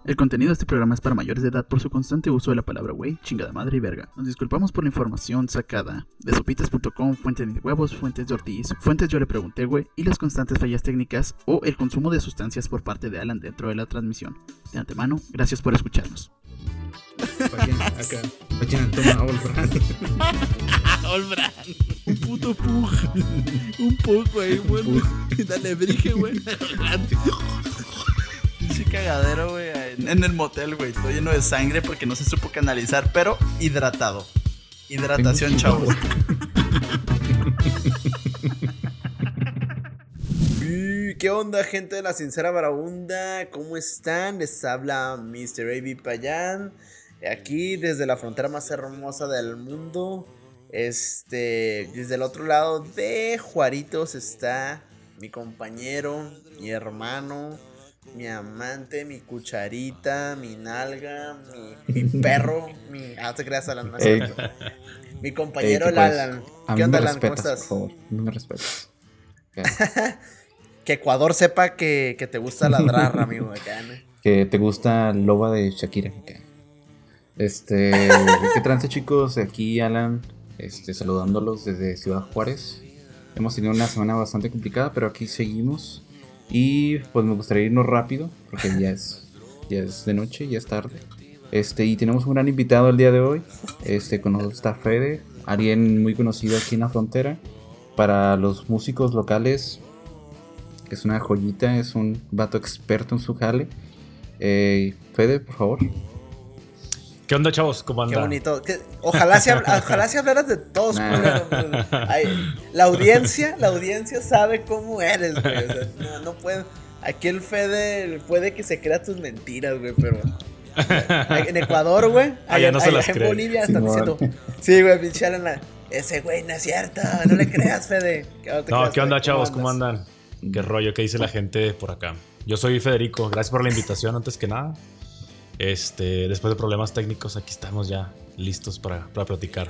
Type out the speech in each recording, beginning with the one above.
El contenido de este programa es para mayores de edad por su constante uso de la palabra güey, chingada madre y verga. Nos disculpamos por la información sacada de sopitas.com, fuentes de huevos, fuentes de Ortiz, fuentes yo le pregunté güey y las constantes fallas técnicas o el consumo de sustancias por parte de Alan dentro de la transmisión. De antemano, gracias por escucharnos. Acá. Toma, Olbran. Olbran. Un puto pug. Un pug, güey. Bueno. Dale brige, güey. Pinche cagadero, güey. En el motel, güey. Todo lleno de sangre porque no se supo canalizar, pero hidratado. Hidratación, chavos. ¿Qué onda, gente de la Sincera Vagabunda? ¿Cómo están? Les habla Mr. A.B. Payán. Aquí desde la frontera más hermosa del mundo. Desde el otro lado de Juaritos está mi compañero, mi hermano, mi amante, mi cucharita, mi nalga, mi perro, te creas, Alan. Mi compañero, Alan. ¿Qué onda, Alan? ¿Cómo estás? Por favor, no me respetas. Que Ecuador sepa que te gusta ladrar, amigo. Acá, ¿no? Que te gusta Loba de Shakira. ¿Qué trance, chicos? Aquí Alan, saludándolos desde Ciudad Juárez. Hemos tenido una semana bastante complicada, pero aquí seguimos. Y pues me gustaría irnos rápido, porque ya es de noche, ya es tarde. Y tenemos un gran invitado el día de hoy. Con nosotros está Fede, alguien muy conocido aquí en la frontera. Para los músicos locales, es una joyita, es un vato experto en su jale. Fede, por favor. ¿Qué onda, chavos? ¿Cómo andan? Qué bonito. Ojalá si hablaras de todos. La audiencia sabe cómo eres, güey. O sea, no puede. Aquí el Fede puede que se crea tus mentiras, güey, pero en Ecuador, güey, allá no se las en cree. Bolivia están diciendo, sí, güey, pinche Alan, ese güey no es cierto, no le creas, Fede. ¿Qué onda, chavos? ¿Cómo andan? ¿Qué rollo? ¿Qué dice la gente por acá? Yo soy Federico, gracias por la invitación antes que nada. Después de problemas técnicos, aquí estamos ya listos para platicar.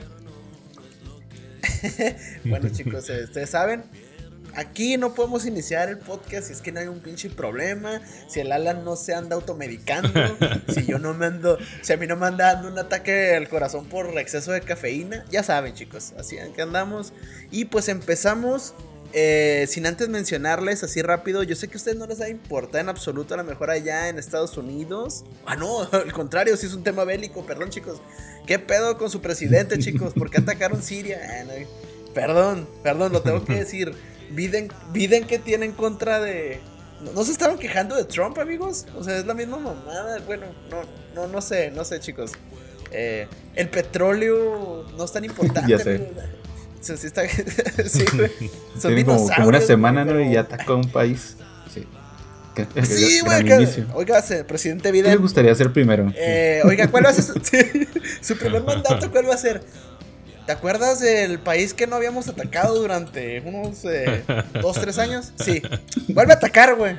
Bueno, chicos, ustedes saben, aquí no podemos iniciar el podcast si es que no hay un pinche problema, si el Alan no se anda automedicando, si a mí no me anda dando un ataque al corazón por exceso de cafeína. Ya saben, chicos, así que andamos. Y pues empezamos. Sin antes mencionarles así rápido, yo sé que a ustedes no les va a importar en absoluto, a lo mejor allá en Estados Unidos. No, al contrario, si es un tema bélico, perdón, chicos. ¿Qué pedo con su presidente, chicos? ¿Por qué atacaron Siria? No. Perdón, lo tengo que decir. Biden que tiene en contra de... ¿No se estaban quejando de Trump, amigos? O sea, es la misma mamada. Bueno, no sé, chicos. El petróleo no es tan importante. Ya sé. Pero, sí, está, sí, güey. Tiene como una semana, ¿no? Y ya atacó a un país. Sí. Sí, güey. Oiga, presidente Biden. ¿Qué le gustaría hacer primero? Oiga, ¿cuál va a ser su primer mandato? ¿Cuál va a ser? ¿Te acuerdas del país que no habíamos atacado durante unos 2-3 años? Sí. Vuelve a atacar, güey.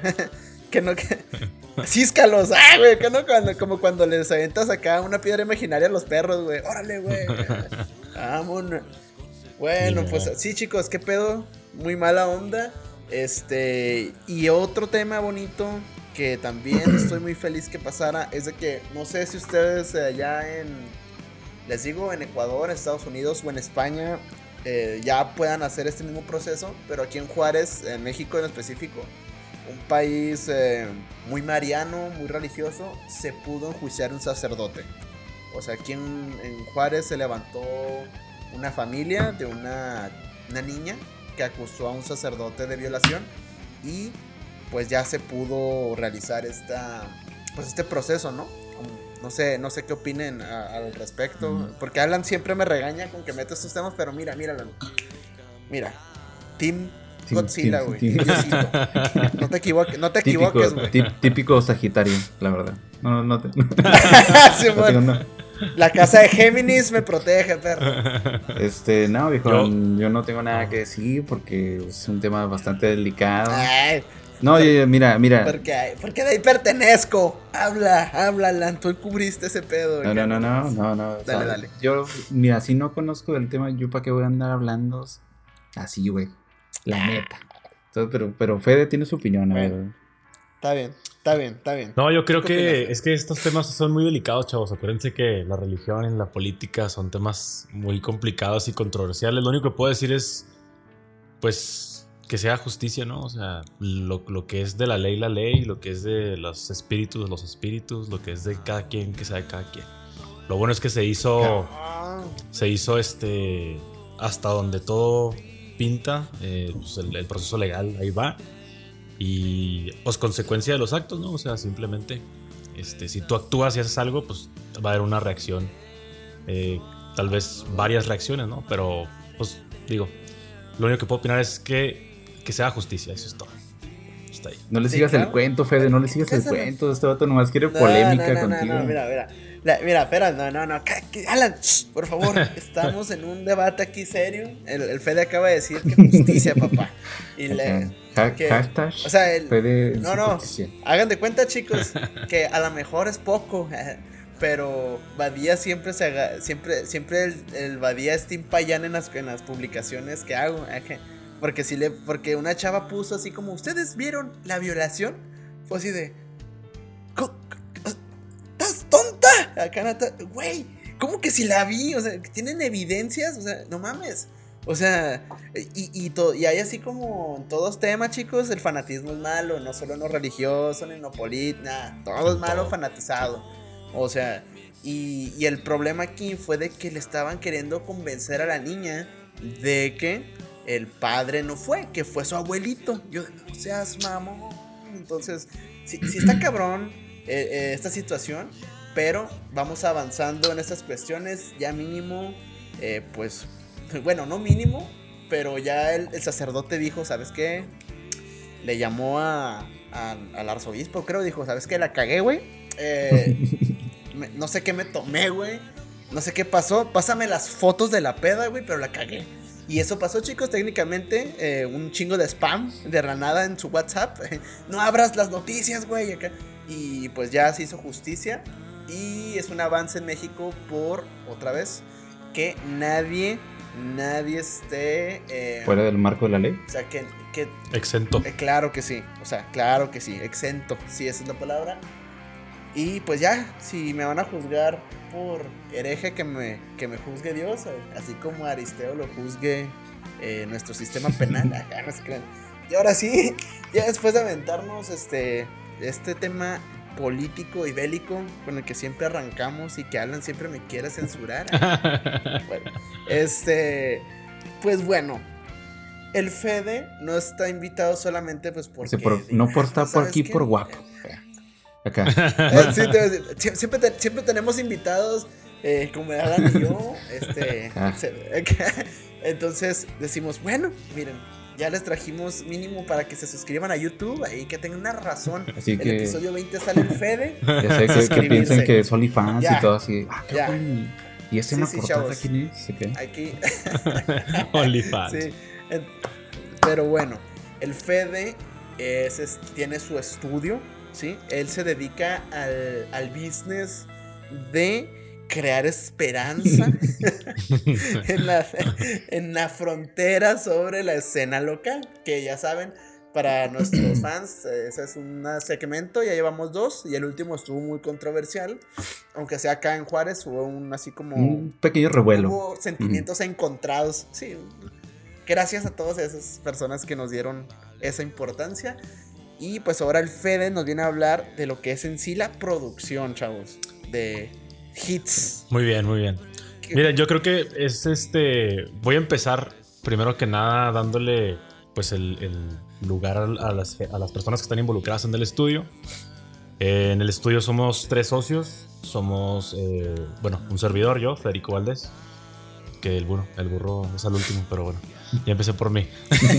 Císcalos, güey, que no como cuando les aventas acá una piedra imaginaria a los perros, güey. Órale, güey. Vámonos. Bueno, pues sí, chicos, qué pedo, muy mala onda. Y otro tema bonito que también estoy muy feliz que pasara es de que no sé si ustedes allá les digo, en Ecuador, en Estados Unidos o en España ya puedan hacer este mismo proceso, pero aquí en Juárez, en México en específico, un país muy mariano, muy religioso, se pudo enjuiciar un sacerdote. O sea, aquí en Juárez se levantó una familia de una niña que acusó a un sacerdote de violación y pues ya se pudo realizar este proceso, ¿no? No sé qué opinen al respecto, porque Alan siempre me regaña con que meto estos temas, pero mira, Alan. Team Godzilla, güey. No te equivoques, güey. Típico Sagitario, la verdad. No te... Sí, bueno. La casa de Géminis me protege, perro. No, viejo, yo no tengo nada que decir porque es un tema bastante delicado. Ay, no, mira. Porque de ahí pertenezco. Habla, Alan, tú cubriste ese pedo. No. Dale. Yo, mira, si no conozco del tema, yo para qué voy a andar hablando así, güey. La neta. Entonces, pero Fede tiene su opinión, a ver. Está bien. Está bien, está bien. No, yo creo que es que estos temas son muy delicados, chavos. Acuérdense que la religión y la política son temas muy complicados y controversiales. Lo único que puedo decir es, pues, que sea justicia, ¿no? O sea, lo que es de la ley, lo que es de los espíritus, lo que es de cada quien, que sea de cada quien. Lo bueno es que se hizo hasta donde todo pinta, pues el proceso legal ahí va. Y pues consecuencia de los actos, ¿no? O sea, simplemente si tú actúas y haces algo, pues va a haber una reacción, tal vez varias reacciones, ¿no? Pero pues digo, lo único que puedo opinar es que se haga justicia, eso es todo. Está ahí. No le sigas el cuento, Fede, no le sigas el cuento. Este vato nomás quiere polémica contigo. No, mira, espera, no. Alan, por favor, estamos en un debate aquí serio. El Fede acaba de decir que justicia, papá. Y hashtag, o sea, Fede no, hagan de cuenta, chicos, que a lo mejor es poco, pero Badía siempre el Badía es Team Payán en las publicaciones que hago, porque una chava puso así como, ¿ustedes vieron la violación? Fue así de, ¿estás tonta? Acá, güey, ¿cómo que si la vi? O sea, ¿tienen evidencias? O sea, no mames. O sea, y hay así como en todos temas, chicos, el fanatismo es malo, no solo en lo religioso, ni en lo político, nada, todo es malo fanatizado. O sea, y el problema aquí fue de que le estaban queriendo convencer a la niña de que el padre no fue, que fue su abuelito. Yo, no seas mamón. Entonces, sí está cabrón esta situación, pero vamos avanzando en estas cuestiones, ya mínimo, pues... Bueno, no mínimo, pero ya el sacerdote dijo, ¿sabes qué? Le llamó al arzobispo, creo, dijo, ¿sabes qué? La cagué, güey. No sé qué me tomé, güey. No sé qué pasó. Pásame las fotos de la peda, güey, pero la cagué. Y eso pasó, chicos, técnicamente, un chingo de spam de la nada en su WhatsApp. No abras las noticias, güey. Y pues ya se hizo justicia. Y es un avance en México por, otra vez, que nadie esté fuera del marco de la ley. O sea, que exento. Claro que sí. O sea, claro que sí. Exento. Sí, esa es la palabra. Y pues ya, si me van a juzgar por hereje, que me juzgue Dios, así como Aristeo lo juzgue nuestro sistema penal. No se crean. Y ahora sí, ya después de aventarnos este tema político y bélico con el que siempre arrancamos y que Alan siempre me quiere censurar. Bueno, pues bueno, el Fede no está invitado solamente pues porque no por estar por aquí por guapo. Acá. Sí, siempre tenemos invitados como Alan y yo. Entonces decimos, bueno, miren, ya les trajimos mínimo para que se suscriban a YouTube y que tengan una razón. Así el episodio 20 sale el Fede. Ya sé que piensen que es OnlyFans y todo así. Ya. ¿Y ese en la portada quién es? ¿Okay? Aquí. OnlyFans. Sí. Pero bueno, el Fede tiene su estudio, ¿sí? Él se dedica al business de crear esperanza en la frontera sobre la escena local, que ya saben, para nuestros fans, ese es un segmento, ya llevamos 2 y el último estuvo muy controversial, aunque sea acá en Juárez, hubo un pequeño revuelo, hubo sentimientos encontrados, sí, gracias a todas esas personas que nos dieron esa importancia. Y pues ahora el Fede nos viene a hablar de lo que es en sí la producción, chavos, de hits. Muy bien. Mira, yo creo que es voy a empezar primero que nada dándole pues el lugar a las personas que están involucradas en el estudio. En el estudio somos 3 socios. Somos, un servidor, yo, Federico Valdés. Que el burro es al último, pero bueno, ya empecé por mí.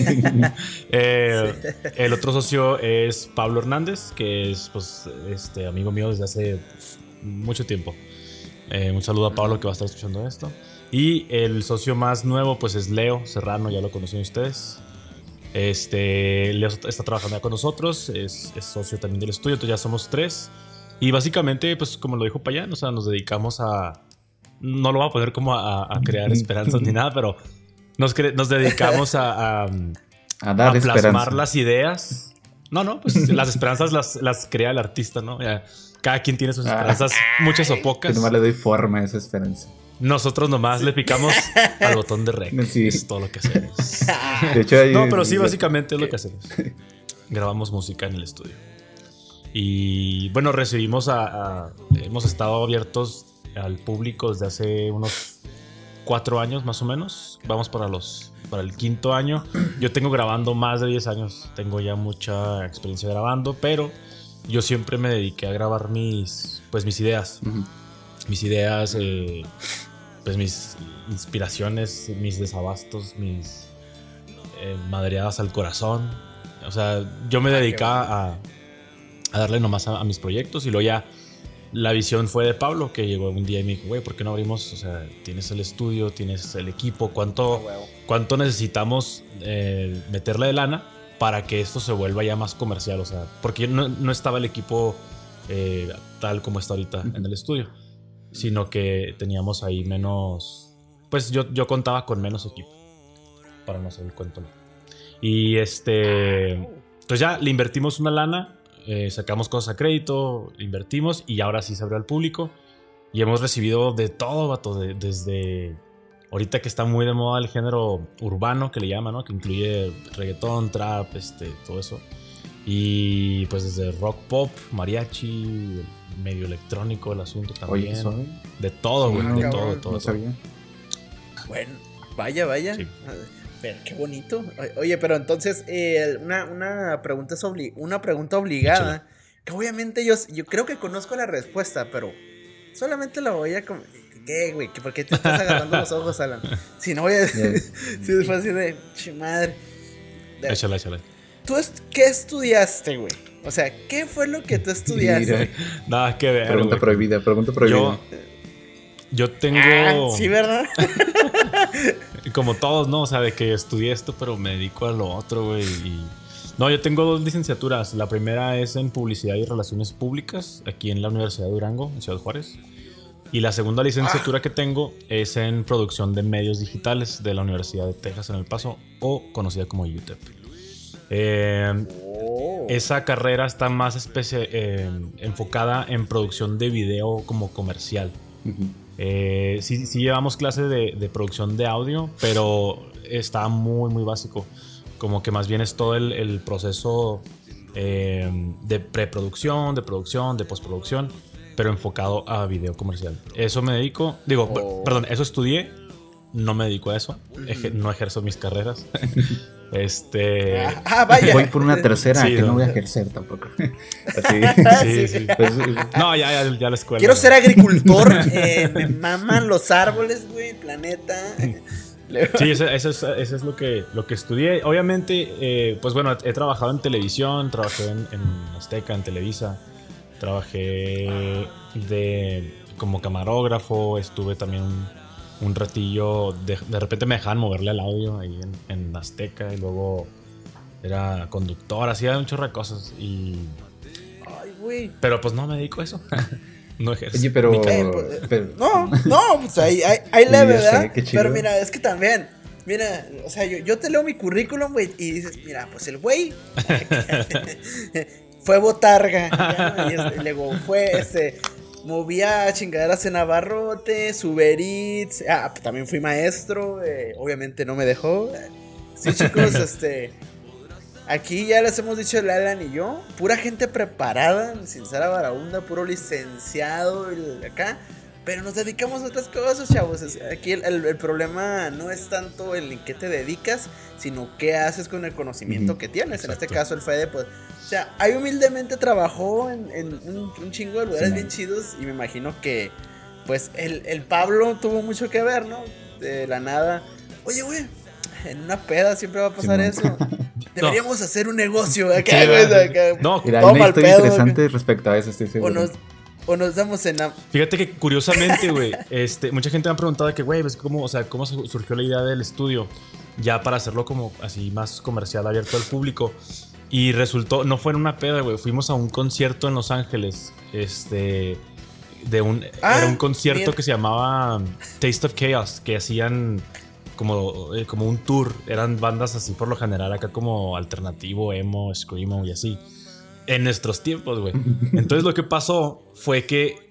El otro socio es Pablo Hernández, que es pues amigo mío desde hace mucho tiempo. Un saludo a Pablo, que va a estar escuchando esto. Y el socio más nuevo pues es Leo Serrano, ya lo conocen ustedes. Leo está trabajando ya con nosotros, es socio también del estudio, entonces ya somos 3. Y básicamente, pues como lo dijo Payán, o sea, nos dedicamos a... No lo voy a poner como a crear esperanzas ni nada, pero nos dedicamos a dar plasmar esperanza. las ideas No, pues las esperanzas las crea el artista, ¿no? Cada quien tiene sus esperanzas, muchas o pocas. Que nomás le doy forma a esa esperanza. Nosotros nomás le picamos al botón de rec. Sí. Es todo lo que hacemos. De hecho, No, pero sí, básicamente es lo que hacemos. Grabamos música en el estudio. Y bueno, hemos estado abiertos al público desde hace unos 4 años más o menos. Vamos para el 5º año. Yo tengo grabando más de 10 años. Tengo ya mucha experiencia grabando, pero yo siempre me dediqué a grabar mis ideas. Uh-huh. Mis ideas, pues mis inspiraciones, mis desabastos, mis madreadas al corazón. O sea, yo me dedicaba a darle nomás a mis proyectos, y luego ya la visión fue de Pablo, que llegó un día y me dijo, güey, ¿por qué no abrimos? O sea, tienes el estudio, tienes el equipo, ¿cuánto necesitamos meterle de lana para que esto se vuelva ya más comercial? O sea, porque no estaba el equipo tal como está ahorita en el estudio, sino que teníamos ahí menos, pues yo contaba con menos equipo, para no hacer el cuento. Y entonces ya le invertimos una lana, sacamos cosas a crédito, invertimos, y ahora sí se abrió al público. Y hemos recibido de todo, vato, desde ahorita que está muy de moda el género urbano, que le llaman, ¿no? Que incluye reggaetón, trap, todo eso. Y pues desde rock pop, mariachi, medio electrónico el asunto también. Oye, de todo, güey, de todo. No sabía. Bueno, vaya. Sí. Pero qué bonito. Oye, pero entonces una pregunta obligada. Échale. Que obviamente yo creo que conozco la respuesta, pero solamente la voy a... ¿Qué, güey? ¿Por qué te estás agarrando los ojos, Alan? Si no voy a... Si es fácil de... Chimadre. Échale. ¿Tú qué estudiaste, güey? O sea, ¿qué fue lo que tú estudiaste? Nada que ver. Pregunta prohibida. Yo tengo... sí, ¿verdad? Como todos, ¿no? O sea, de que estudié esto, pero me dedico a lo otro, güey. No, yo tengo 2 licenciaturas. La primera es en Publicidad y Relaciones Públicas, aquí en la Universidad de Durango, en Ciudad Juárez. Y la segunda licenciatura que tengo es en Producción de Medios Digitales de la Universidad de Texas en El Paso, o conocida como UTEP. Esa carrera está más enfocada en producción de video como comercial. Uh-huh. Sí llevamos clases de producción de audio, pero está muy, muy básico. Como que más bien es todo el proceso de preproducción, de producción, de postproducción, pero enfocado a video comercial. Eso me dedico, perdón, eso estudié, no me dedico a eso, no ejerzo mis carreras. Vaya. Voy por una tercera que no voy a ejercer tampoco. Así. Sí. Pues, no, ya la escuela. Quiero ser agricultor. Me maman los árboles, güey, el planeta. Sí, eso es lo que estudié. Obviamente, pues bueno, he trabajado en televisión, trabajé en Azteca, en Televisa. Trabajé como camarógrafo, estuve también un ratillo, de repente me dejaban moverle al audio ahí en Azteca, y luego era conductor, hacía un chorro de cosas. Ay, güey. Pero pues no me dedico a eso. No ejerzo. Oye, pero no, pues ahí leve, ¿verdad? Pero mira, es que también, mira, o sea, yo te leo mi currículum, güey, y dices, mira, pues el güey fue botarga, y luego fue movía chingaderas en Abarrotes, Uber Eats. También fui maestro. Obviamente no me dejó. Sí, chicos, aquí ya les hemos dicho el Alan y yo. Pura gente preparada, sin ser vagabunda, puro licenciado acá. Pero nos dedicamos a otras cosas, chavos. Aquí el problema no es tanto en qué te dedicas, sino qué haces con el conocimiento que tienes. Exacto. En este caso, el Fede, pues, o sea, ahí humildemente trabajó en un chingo de lugares bien chidos. Y me imagino que, pues, el Pablo tuvo mucho que ver, ¿no? De la nada. Oye, güey, en una peda siempre va a pasar eso. Deberíamos hacer un negocio acá, güey. No, mira, hay una historia interesante respecto a eso, estoy seguro. O nos damos en... Fíjate que curiosamente, güey, mucha gente me ha preguntado de que, güey, ¿cómo surgió la idea del estudio? Ya para hacerlo como así más comercial, abierto al público. Y resultó, no fue en una peda, güey. Fuimos a un concierto en Los Ángeles. Era un concierto que se llamaba Taste of Chaos, que hacían como un tour. Eran bandas así por lo general acá como alternativo, emo, screamo y así. En nuestros tiempos, güey. Entonces lo que pasó fue que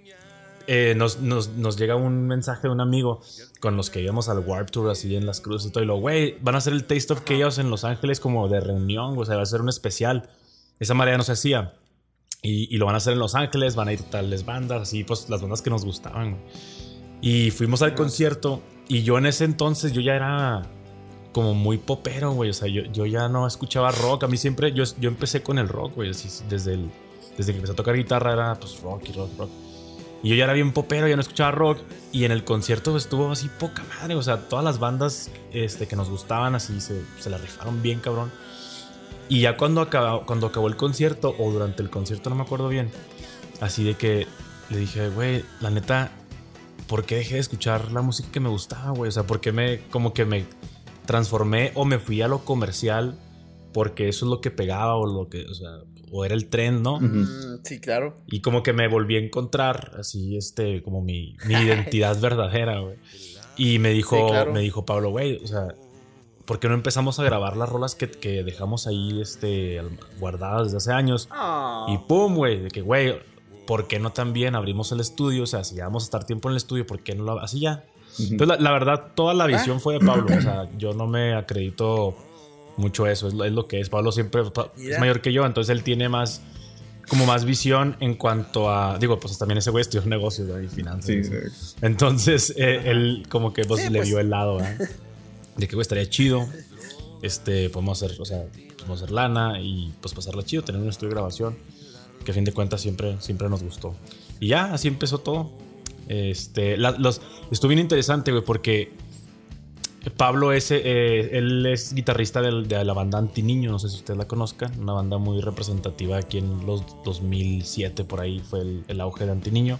nos llega un mensaje de un amigo con los que íbamos al Warped Tour así en las cruces y todo. Y luego, güey, van a hacer el Taste of Chaos en Los Ángeles como de reunión, o sea, va a ser un especial. Esa manera no se hacía. Y lo van a hacer en Los Ángeles, van a ir tales bandas, así pues las bandas que nos gustaban, güey. Y fuimos al concierto y yo en ese entonces yo ya era como muy popero, güey. O sea, yo ya no escuchaba rock. A mí siempre, yo empecé con el rock, güey. Desde que empecé a tocar guitarra era pues rock y rock. Y yo ya era bien popero, ya no escuchaba rock. Y en el concierto estuvo así poca madre. O sea, todas las bandas que nos gustaban así se la rifaron bien, cabrón. Y ya cuando acabó el concierto, o durante el concierto, no me acuerdo bien, así de que le dije, güey, la neta, ¿por qué dejé de escuchar la música que me gustaba, güey? O sea, ¿por qué como que me transformé o me fui a lo comercial? Porque eso es lo que pegaba o era el trend, ¿no? Sí, claro. Y como que me volví a encontrar así, como mi identidad verdadera, güey. Y me dijo, sí, claro. Me dijo Pablo, güey, o sea, ¿por qué no empezamos a grabar las rolas que dejamos ahí guardadas desde hace años? Oh. Y pum, güey, de que, güey, ¿por qué no también abrimos el estudio? O sea, si ya vamos a estar tiempo en el estudio, ¿por qué no lo así ya? Entonces, la verdad, toda la visión fue de Pablo. O sea, yo no me acredito mucho eso. Es lo que es. Pablo siempre es mayor que yo, entonces él tiene más visión en cuanto a... Digo, pues también ese güey estudió negocios, ¿verdad? Y finanzas. Sí. Entonces, él como que pues, sí, le pues. vio el lado, ¿verdad? De que, güey, estaría chido. Podemos hacer lana y pues pasarla chido, tener un estudio de grabación que a fin de cuentas siempre nos gustó. Y ya, así empezó todo. Estuvo bien interesante, güey, porque Pablo él es guitarrista de la banda Antiniño, no sé si ustedes la conozcan, una banda muy representativa aquí en los 2007, por ahí fue el auge de Antiniño.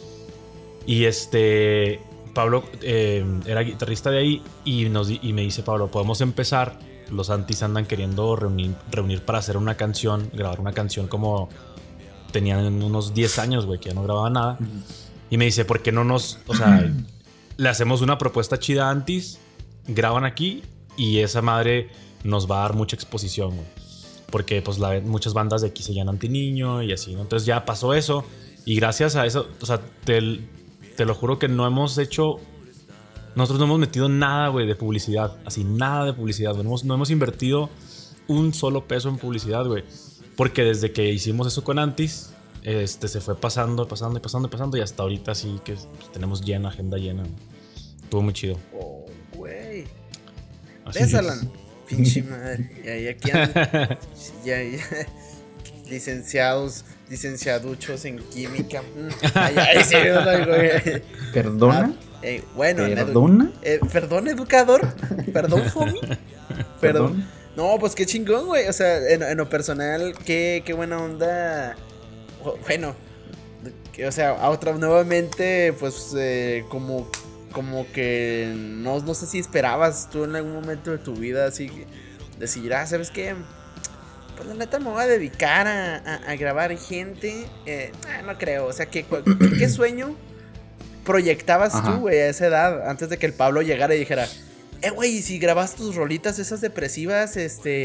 Y Pablo era guitarrista de ahí y me dice, Pablo, podemos empezar. Los Antis andan queriendo reunir para hacer una canción, grabar una canción como tenían unos 10 años, güey, que ya no grababan nada. Y me dice, ¿por qué no le hacemos una propuesta chida a Antis? Graban aquí y esa madre nos va a dar mucha exposición, güey. Porque pues muchas bandas de aquí se llaman Antiniño y así, ¿no? Entonces ya pasó eso y gracias a eso, o sea, te lo juro que nosotros no hemos metido nada, güey, de publicidad. Así, nada de publicidad. No hemos invertido un solo peso en publicidad, güey. Porque desde que hicimos eso con Antis, se fue pasando y hasta ahorita sí que pues, tenemos agenda llena. Estuvo muy chido. Oh, güey. Así ¿Ves, es. Alan? Pinche madre. Y aquí andan. ya. Licenciaduchos en química. Ay, sí, güey. ¿Perdona? Bueno, ¿Perdona? Perdón, educador. Perdón, homie. ¿Perdón? No, pues qué chingón, güey. O sea, en lo personal, qué buena onda. Bueno, o sea, nuevamente, pues, como que no sé si esperabas tú en algún momento de tu vida así decir, ¿sabes qué? Pues la neta me voy a dedicar a grabar gente. No creo, o sea, ¿qué sueño proyectabas tú, güey, a esa edad? Antes de que el Pablo llegara y dijera, güey, si grabas tus rolitas esas depresivas,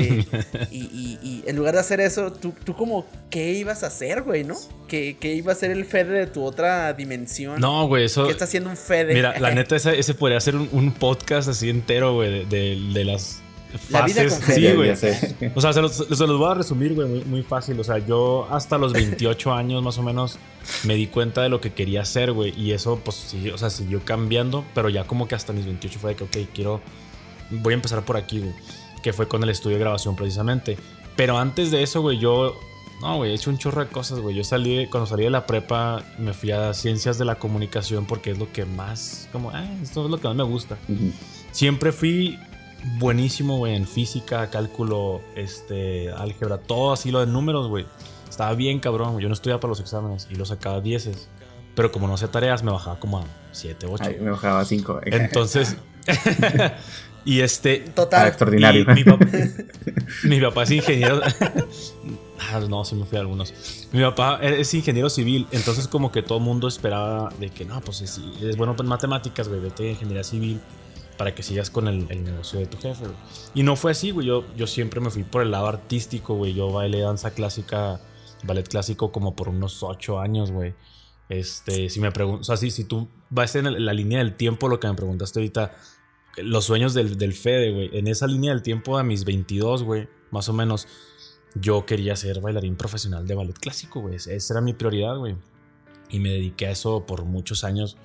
y en lugar de hacer eso, tú como, ¿qué ibas a hacer, güey, no? ¿Qué iba a ser el Fede de tu otra dimensión? No, güey, eso... ¿Qué está haciendo un Fede? Mira, la neta, ese podría ser un podcast así entero, güey, de las fases. La vida con sí, güey. Ya O sea, se los voy a resumir, güey, muy, muy fácil. O sea, yo hasta los 28 años más o menos me di cuenta de lo que quería hacer, güey. Y eso, pues, siguió cambiando. Pero ya como que hasta mis 28 fue de que, ok, voy a empezar por aquí, güey. Que fue con el estudio de grabación precisamente. Pero antes de eso, güey, he hecho un chorro de cosas, güey. Cuando salí de la prepa, me fui a Ciencias de la Comunicación porque es lo que más, esto es lo que más me gusta. Siempre fui buenísimo, güey, en física, cálculo, álgebra, todo así lo de números, güey. Estaba bien cabrón, güey. Yo no estudiaba para los exámenes y lo sacaba 10. Pero como no hacía tareas, me bajaba como a 7, 8. Me bajaba a 5. Entonces, y Total. Extraordinario. Mi papá es ingeniero. No, sí me fui a algunos. Mi papá es ingeniero civil, entonces como que todo el mundo esperaba de que no, pues es bueno en matemáticas, güey, vete a ingeniería civil. para que sigas con el negocio de tu jefe, güey. Y no fue así, güey. Yo siempre me fui por el lado artístico, güey. Yo bailé danza clásica, ballet clásico como por unos 8 años, güey. Si me preguntas, o sea, si tú vas en la línea del tiempo, lo que me preguntaste ahorita, los sueños del Fede, güey. En esa línea del tiempo, a mis 22, güey, más o menos, yo quería ser bailarín profesional de ballet clásico, güey. Esa era mi prioridad, güey. Y me dediqué a eso por muchos años.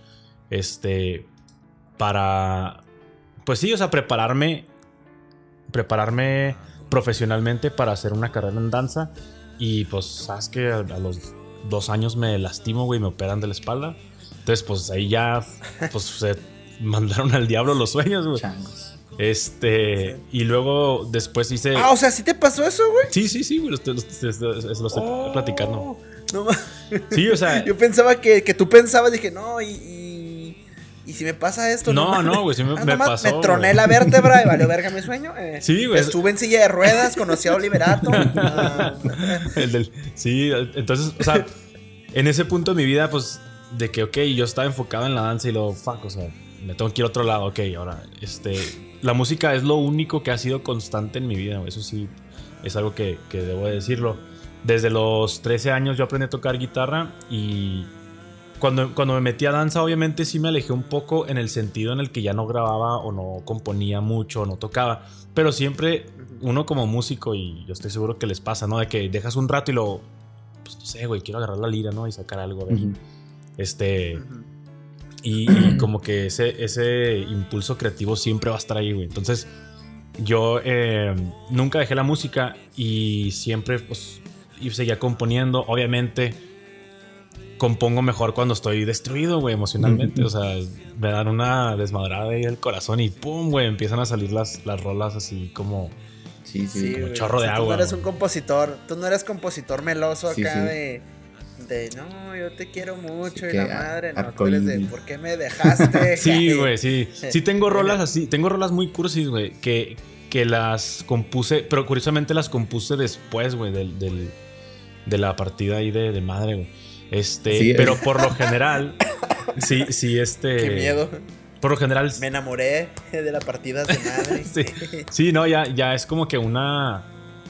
Para, pues sí, o sea, prepararme profesionalmente para hacer una carrera en danza. Y pues, sabes que a los 2 años me lastimo, güey, me operan de la espalda. Entonces, pues ahí ya, pues se mandaron al diablo los sueños, güey. Y luego después hice. O sea, ¿sí te pasó eso, güey? Sí, güey, lo estoy platicando. No, sí, o sea. Yo pensaba que tú pensabas, dije, no, y si me pasa esto. No, güey, sí me pasó. Me troné, güey, la vértebra y valió verga mi sueño. Sí, güey. Estuve en silla de ruedas, conocí a Oliverato. Sí, entonces, o sea, en ese punto de mi vida, pues, de que, ok, yo estaba enfocado en la danza y luego, fuck, o sea, me tengo que ir a otro lado, ok, ahora, la música es lo único que ha sido constante en mi vida, güey. Eso sí, es algo que debo de decirlo. Desde los 13 años yo aprendí a tocar guitarra y cuando me metí a danza, obviamente sí me alejé un poco en el sentido en el que ya no grababa o no componía mucho o no tocaba, pero siempre uno como músico, y yo estoy seguro que les pasa, ¿no? De que dejas un rato y luego, pues no sé, güey, quiero agarrar la lira, ¿no? Y sacar algo, a ver. Y como que ese impulso creativo siempre va a estar ahí, güey. Entonces yo nunca dejé la música y siempre, pues, y seguía componiendo. Obviamente compongo mejor cuando estoy destruido, güey, emocionalmente. O sea, me dan una desmadrada ahí del corazón y pum, güey, empiezan a salir las rolas así como... Sí, como güey, chorro de agua. Tú no eres un compositor, tú no eres compositor meloso acá, sí. de no, yo te quiero mucho, sí, y la madre, no, tú eres de ¿por qué me dejaste? Sí, güey, sí. Sí tengo rolas así, tengo rolas muy cursis, güey, que las compuse, pero curiosamente las compuse después, güey, de la partida ahí de madre, güey. Sí, pero por lo general, sí, Qué miedo. Por lo general... Me enamoré de la partida de madre. Sí, no, ya es como que una...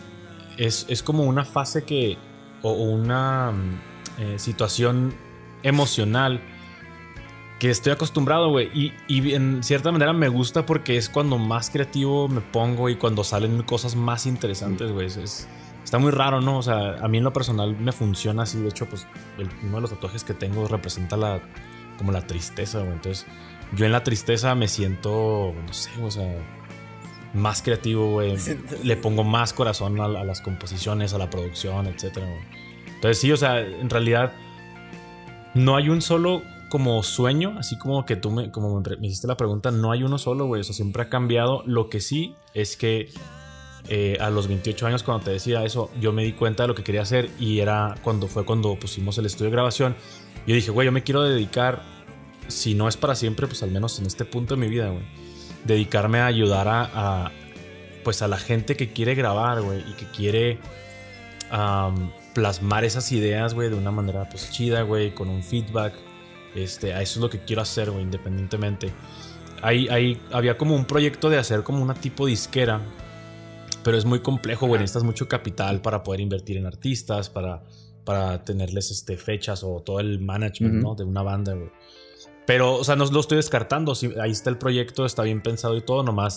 Es como una fase que... O una situación emocional que estoy acostumbrado, güey. Y en cierta manera me gusta porque es cuando más creativo me pongo y cuando salen cosas más interesantes, güey. Está muy raro, ¿no? O sea, a mí en lo personal me funciona así. De hecho, pues uno de los tatuajes que tengo representa como la tristeza, güey. Entonces, yo en la tristeza me siento, no sé, o sea, más creativo, güey. Le pongo más corazón a las composiciones, a la producción, etcétera, güey. Entonces, sí, o sea, en realidad no hay un solo como sueño, así como que como me hiciste la pregunta, no hay uno solo, güey. Eso siempre ha cambiado. Lo que sí es que a los 28 años, cuando te decía eso, yo me di cuenta de lo que quería hacer y era cuando pusimos el estudio de grabación. Yo dije, güey, yo me quiero dedicar, si no es para siempre, pues al menos en este punto de mi vida, güey, dedicarme a ayudar a la gente que quiere grabar, güey, y que quiere plasmar esas ideas, güey, de una manera, pues, chida, güey, con un feedback. A eso es lo que quiero hacer, güey, independientemente. Había como un proyecto de hacer como una tipo disquera, pero es muy complejo, güey. Necesitas mucho capital para poder invertir en artistas, para tenerles fechas o todo el management, ¿no? De una banda, güey. Pero, o sea, no lo estoy descartando. Sí, ahí está el proyecto, está bien pensado y todo. Nomás,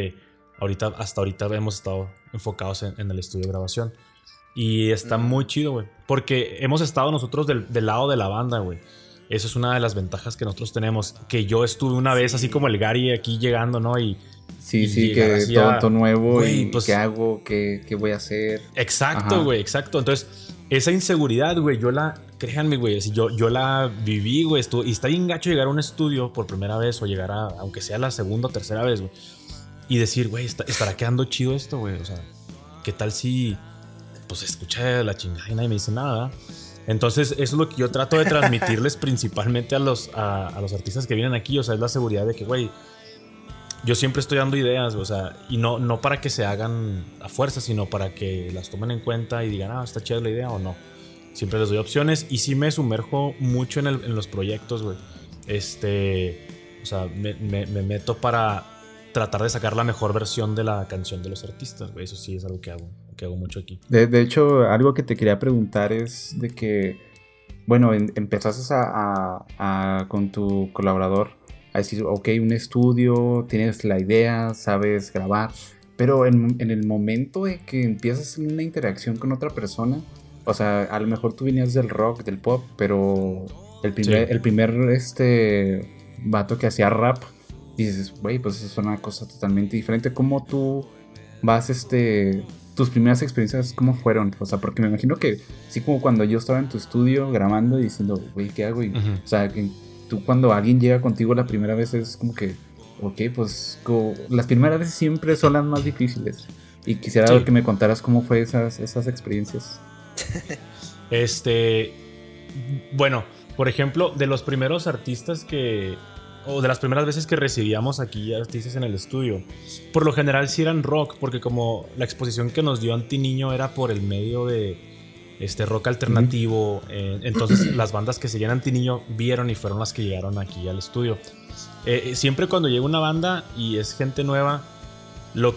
hasta ahorita hemos estado enfocados en el estudio de grabación. Y está muy chido, güey. Porque hemos estado nosotros del lado de la banda, güey. Eso es una de las ventajas que nosotros tenemos. Que yo estuve una vez así como el Gary aquí llegando, ¿no? Sí, que todo nuevo, güey, y pues, ¿qué hago? ¿Qué voy a hacer? Exacto, güey, exacto. Entonces, esa inseguridad, güey, créanme, güey, yo la viví, güey, y está bien gacho llegar a un estudio por primera vez o llegar aunque sea la segunda o tercera vez, güey, y decir, güey, ¿estará quedando chido esto, güey? O sea, ¿qué tal si, pues, escucha la chingada y nadie me dice nada? Entonces, eso es lo que yo trato de transmitirles principalmente a los artistas que vienen aquí, o sea, es la seguridad de que, güey, yo siempre estoy dando ideas, o sea, y no para que se hagan a fuerza, sino para que las tomen en cuenta y digan, está chida la idea o no. Siempre les doy opciones y sí me sumerjo mucho en los proyectos, güey. O sea, me meto para tratar de sacar la mejor versión de la canción de los artistas, güey. Eso sí es algo que hago mucho aquí. De hecho, algo que te quería preguntar es de que, bueno, empezaste con tu colaborador a decir, ok, un estudio, tienes la idea, sabes grabar, pero en el momento de que empiezas en una interacción con otra persona, o sea, a lo mejor tú venías del rock, del pop, pero el primer vato que hacía rap, dices, güey, pues es una cosa totalmente diferente. ¿Cómo tú vas, tus primeras experiencias, cómo fueron? O sea, porque me imagino que, así como cuando yo estaba en tu estudio grabando y diciendo, güey, ¿qué hago? Y, o sea, que tú cuando alguien llega contigo la primera vez es como que, ok, pues las primeras veces siempre son las más difíciles. Y quisiera que me contaras cómo fue esas experiencias. Bueno, por ejemplo, de los primeros artistas o de las primeras veces que recibíamos aquí artistas en el estudio, por lo general sí eran rock, porque como la exposición que nos dio Antiniño era por el medio de rock alternativo, entonces las bandas que seguían Antiniño vieron y fueron las que llegaron aquí al estudio. Siempre cuando llega una banda y es gente nueva, lo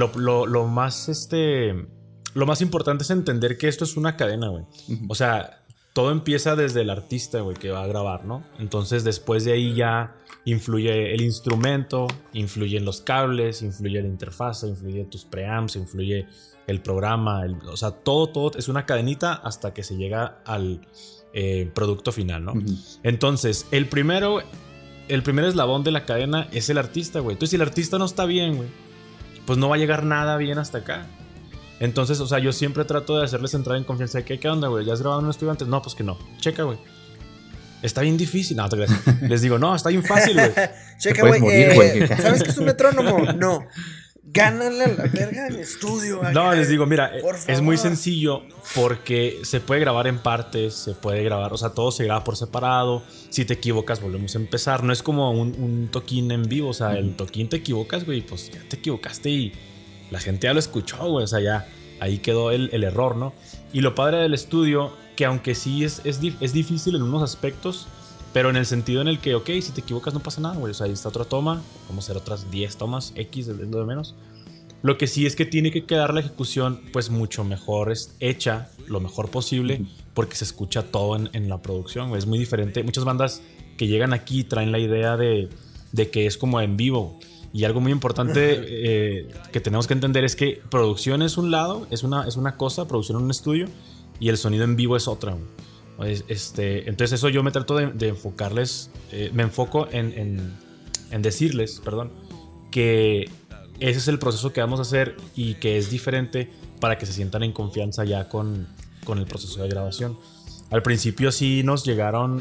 más importante es entender que esto es una cadena, güey. O sea, todo empieza desde el artista, güey, que va a grabar, ¿no? Entonces, después de ahí ya influye el instrumento, influyen los cables, influye la interfaz, influye tus preamps, influye el programa, o sea, todo es una cadenita hasta que se llega al producto final, ¿no? Entonces, el primer eslabón de la cadena es el artista, güey. Entonces, si el artista no está bien, güey, pues no va a llegar nada bien hasta acá. Entonces, o sea, yo siempre trato de hacerles entrar en confianza de que, ¿qué onda, güey? ¿Ya has grabado en un estudio antes? No, pues que no. Checa, güey. Está bien difícil. No, te creas. Les digo, no, está bien fácil, güey. Checa, güey. ¿Sabes qué es un metrónomo? No. Gánale a la verga en estudio. No, les digo, mira, es muy sencillo porque se puede grabar en partes, se puede grabar, o sea, todo se graba por separado. Si te equivocas, volvemos a empezar. No es como un toquín en vivo, o sea, el toquín te equivocas, güey, pues ya te equivocaste y la gente ya lo escuchó, güey, o sea, ya ahí quedó el error, ¿no? Y lo padre del estudio, que aunque sí es difícil en unos aspectos, pero en el sentido en el que, ok, si te equivocas no pasa nada, güey, o sea, ahí está otra toma, vamos a hacer otras 10 tomas, X, es lo de menos. Lo que sí es que tiene que quedar la ejecución, pues, mucho mejor hecha, lo mejor posible, porque se escucha todo en la producción, güey, es muy diferente. Muchas bandas que llegan aquí traen la idea de que es como en vivo. Y algo muy importante que tenemos que entender es que producción es un lado, es una cosa, producción en un estudio, y el sonido en vivo es otra. Entonces eso yo me trato de enfocarles, me enfoco en decirles, que ese es el proceso que vamos a hacer y que es diferente para que se sientan en confianza ya con el proceso de grabación. Al principio sí nos llegaron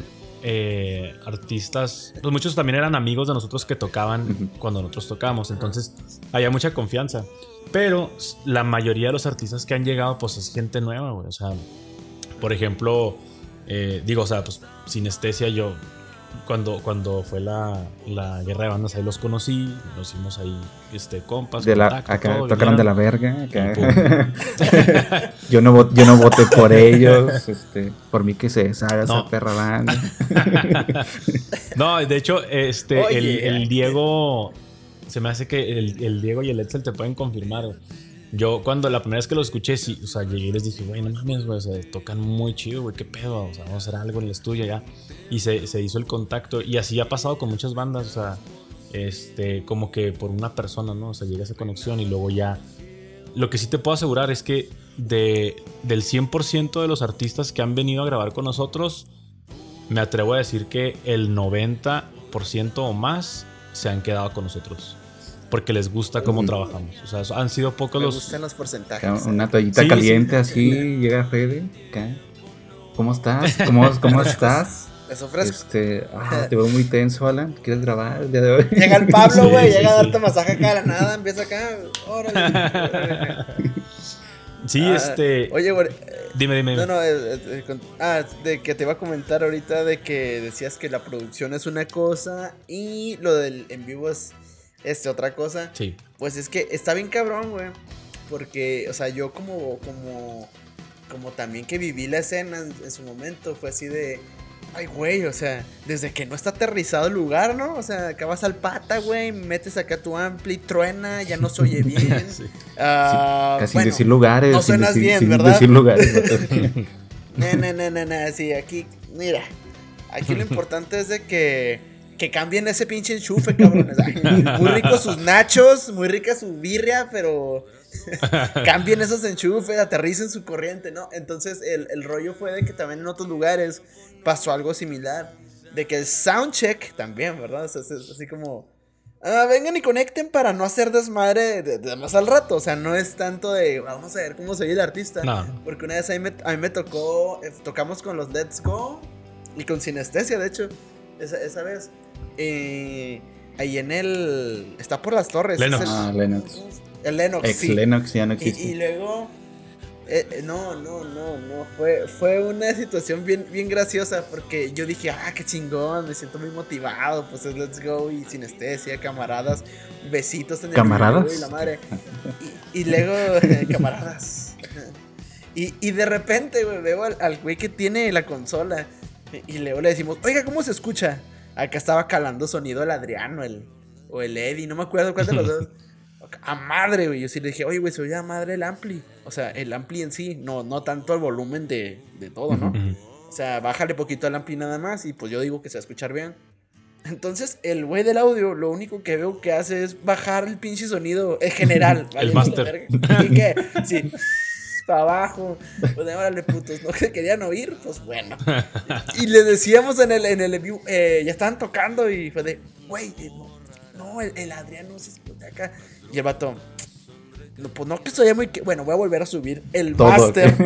artistas, pues muchos también eran amigos de nosotros que tocaban cuando nosotros tocábamos, entonces había mucha confianza, pero la mayoría de los artistas que han llegado pues es gente nueva, güey. O sea, por ejemplo, o sea, pues Sinestesia, yo cuando fue la guerra de bandas ahí los conocí, nos hicimos ahí compas, acá todo, tocaron de la verga acá. yo no voté por ellos, por mí que se deshaga esa perra banda. No, de hecho, el Diego, se me hace que el Diego y el Edsel te pueden confirmar, güey. Yo cuando la primera vez que lo escuché, sí, o sea, llegué y les dije, güey, no mames, güey, o sea, tocan muy chido, güey, qué pedo, o sea, vamos a hacer algo en el estudio ya. Y se hizo el contacto, y así ha pasado con muchas bandas, o sea, como que por una persona, ¿no? O sea, llega esa conexión y luego ya. Lo que sí te puedo asegurar es que del 100% de los artistas que han venido a grabar con nosotros, me atrevo a decir que el 90% o más se han quedado con nosotros. Porque les gusta cómo trabajamos. O sea, han sido pocos Me gustan los porcentajes. Una toallita caliente así, llega Fede. ¿Cómo estás? ¿Cómo estás? Les ofrezco. Te veo muy tenso, Alan. ¿Quieres grabar el día de hoy? Llega el Pablo, güey, llega a darte masaje acá de la nada, empieza acá. Órale. Sí, Oye, güey. Dime. No, de que te iba a comentar ahorita de que decías que la producción es una cosa y lo del en vivo es otra cosa. Sí. Pues es que está bien cabrón, güey. Porque, o sea, yo como también que viví la escena en su momento, fue así de ay, güey, o sea, desde que no está aterrizado el lugar, ¿no? O sea, acabas al pata, güey, metes acá tu ampli, truena, ya no se oye bien. Sí. Casi bueno, decir lugares. no suenas sin bien, sin ¿verdad? decir lugares. No, sí, aquí, mira, aquí lo importante es de que cambien ese pinche enchufe, cabrones. Muy ricos sus nachos, muy rica su birria, pero cambien esos enchufes, aterricen su corriente, ¿no? Entonces el rollo fue de que también en otros lugares pasó algo similar, de que el soundcheck también, ¿verdad? O sea, es así como, vengan y conecten para no hacer desmadre de más al rato. O sea, no es tanto de vamos a ver cómo se oye el artista. No. Porque una vez a mí me tocó, tocamos con los Let's Go y con Sinestesia, de hecho, esa vez. Ahí en el... Está por las torres. Lennox. Lennox. El Lennox, Ex sí. Lennox ya no existe. Y luego... no. Fue una situación bien graciosa. Porque yo dije, qué chingón, me siento muy motivado. Pues es Let's Go y Sinestesia, camaradas. Besitos en el ¿Camaradas? video y la madre. Y luego, camaradas. Y de repente, güey, veo al güey que tiene la consola. Y luego le decimos, oiga, ¿cómo se escucha? Acá estaba calando sonido el Adriano o el Eddie, no me acuerdo cuál de los dos. A madre, güey. Yo sí le dije, oye, güey, se oye a madre el ampli. O sea, el ampli en sí, no tanto el volumen de todo, ¿no? O sea, bájale poquito al ampli nada más y pues yo digo que se va a escuchar bien. Entonces, el güey del audio, lo único que veo que hace es bajar el pinche sonido en general. El máster. ¿Y qué? Sí. Para abajo, pues órale putos, no que querían oír, pues bueno. Y le decíamos en el view, ya estaban tocando y fue de, güey, no, el Adriano se escucha acá. Y el vato, no, pues no que estoy muy, bueno, voy a volver a subir el Todo, máster.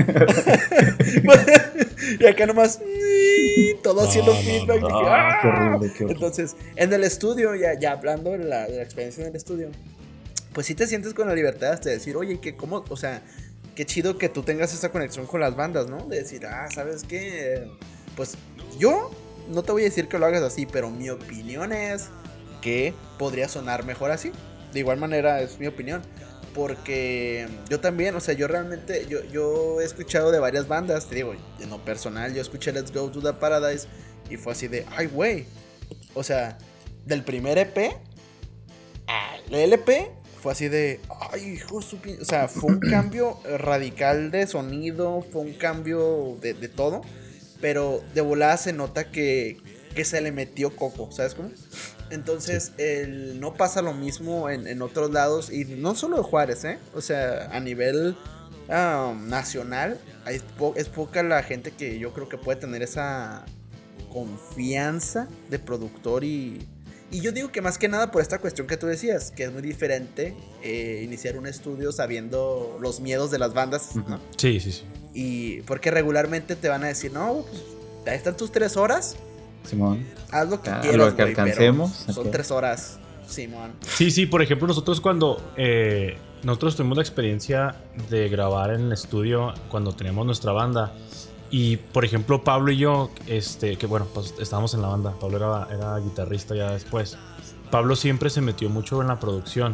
Y acá nomás, todo haciendo feedback. no, Dije, qué horrible. Entonces, en el estudio, ya hablando de la experiencia en el estudio, pues sí te sientes con la libertad de decir, oye, que cómo, o sea, qué chido que tú tengas esa conexión con las bandas, ¿no? De decir, ¿sabes qué? Pues yo no te voy a decir que lo hagas así, pero mi opinión es que podría sonar mejor así. De igual manera es mi opinión. Porque yo también, o sea, yo realmente, yo he escuchado de varias bandas, te digo, en lo personal, yo escuché Let's Go to the Paradise y fue así de, ay, güey. O sea, del primer EP al LP fue así de, ay, hijo, o sea, fue un cambio radical de sonido, fue un cambio de todo, pero de volada se nota que se le metió coco, ¿sabes cómo? Entonces, no pasa lo mismo en otros lados, y no solo de Juárez, o sea, a nivel nacional, es poca la gente que yo creo que puede tener esa confianza de productor y yo digo que más que nada por esta cuestión que tú decías, que es muy diferente iniciar un estudio sabiendo los miedos de las bandas, ¿no? Sí. Y porque regularmente te van a decir, no, pues ahí están tus 3 horas. Simón. Haz lo que quieras, lo que güey, alcancemos. pero son 3 horas, Simón. Sí, por ejemplo, nosotros cuando nosotros tuvimos la experiencia de grabar en el estudio cuando teníamos nuestra banda. Y por ejemplo, Pablo y yo, que bueno, pues estábamos en la banda. Pablo era guitarrista ya después. Pablo siempre se metió mucho en la producción.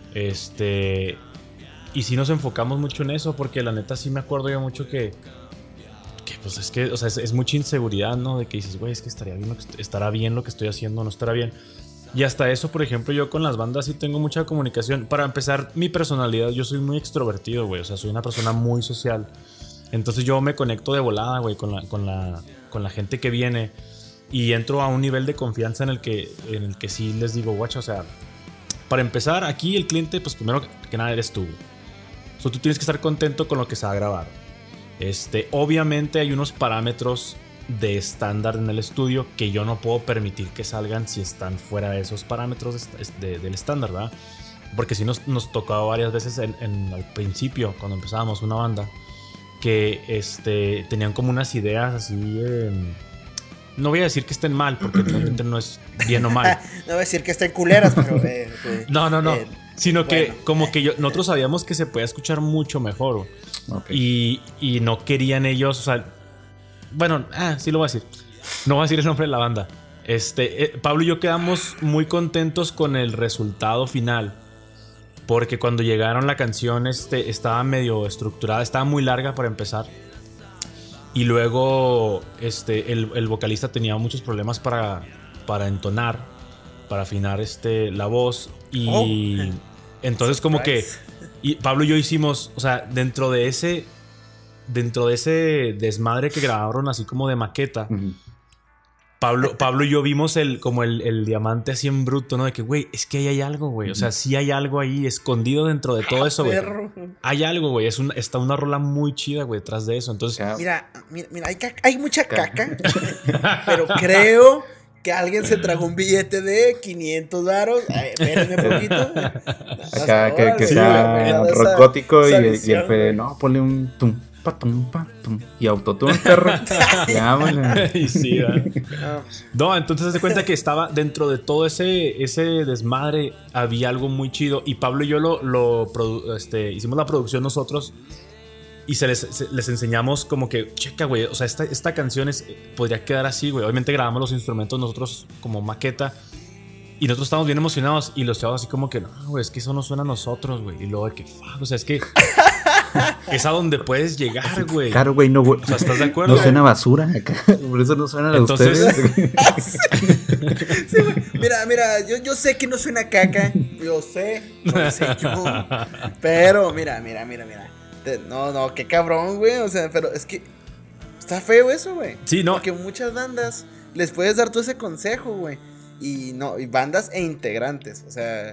Y sí nos enfocamos mucho en eso, porque la neta sí me acuerdo yo mucho que pues es que, o sea, es mucha inseguridad, ¿no? De que dices, güey, es que estará bien lo que estoy haciendo, no estará bien. Y hasta eso, por ejemplo, yo con las bandas sí tengo mucha comunicación. Para empezar, mi personalidad, yo soy muy extrovertido, güey. O sea, soy una persona muy social. Entonces yo me conecto de volada, güey, con la gente que viene. Y entro a un nivel de confianza en el que sí les digo, guacha, o sea, para empezar, aquí el cliente, pues primero que nada eres tú. O sea, tú tienes que estar contento con lo que se va a grabar. Obviamente hay unos parámetros de estándar en el estudio que yo no puedo permitir que salgan si están fuera de esos parámetros del estándar, ¿verdad? Porque sí nos tocaba varias veces al principio, cuando empezábamos una banda, que tenían como unas ideas así. No voy a decir que estén mal, porque realmente no es bien o mal. No voy a decir que estén culeras, pero. No. Sino bueno. que como que nosotros sabíamos que se podía escuchar mucho mejor. Okay. Y no querían ellos, o sea. Bueno, sí lo voy a decir. No voy a decir el nombre de la banda. Pablo y yo quedamos muy contentos con el resultado final. Porque cuando llegaron la canción estaba medio estructurada, estaba muy larga para empezar. Y luego el vocalista tenía muchos problemas para entonar, para afinar la voz. Y entonces como que y Pablo y yo hicimos, o sea, dentro de ese desmadre que grabaron así como de maqueta, Pablo y yo vimos como el diamante así en bruto, ¿no? De que, güey, es que ahí hay algo, güey. O sea, sí hay algo ahí escondido dentro de todo eso, güey. Hay algo, güey. Está una rola muy chida, güey, detrás de eso. Entonces, mira, hay mucha caca. Pero creo que alguien se tragó un billete de 500 varos. Espérenme un poquito. Acá que sea rock gótico y el Fede, no, ponle un tum. Y autotune, perro. Y sí, no, entonces se cuenta que estaba dentro de todo ese desmadre, había algo muy chido. Y Pablo y yo hicimos la producción nosotros. Y les enseñamos como que, checa, güey, o sea, esta canción podría quedar así, güey. Obviamente grabamos los instrumentos nosotros como maqueta. Y nosotros estamos bien emocionados. Y los chavos así como que, no, güey, es que eso no suena a nosotros, güey. Y luego de que, fuck, o sea, es que es a donde puedes llegar, güey. Claro, güey, no, güey. O sea, ¿estás de acuerdo? No suena basura acá. Por eso no suena a ustedes. Sí, mira, yo sé que no suena caca. Yo sé, no sé yo. Pero, mira. No, qué cabrón, güey. O sea, pero es que está feo eso, güey. Sí, no. Porque muchas bandas les puedes dar tú ese consejo, güey. Y bandas e integrantes. O sea,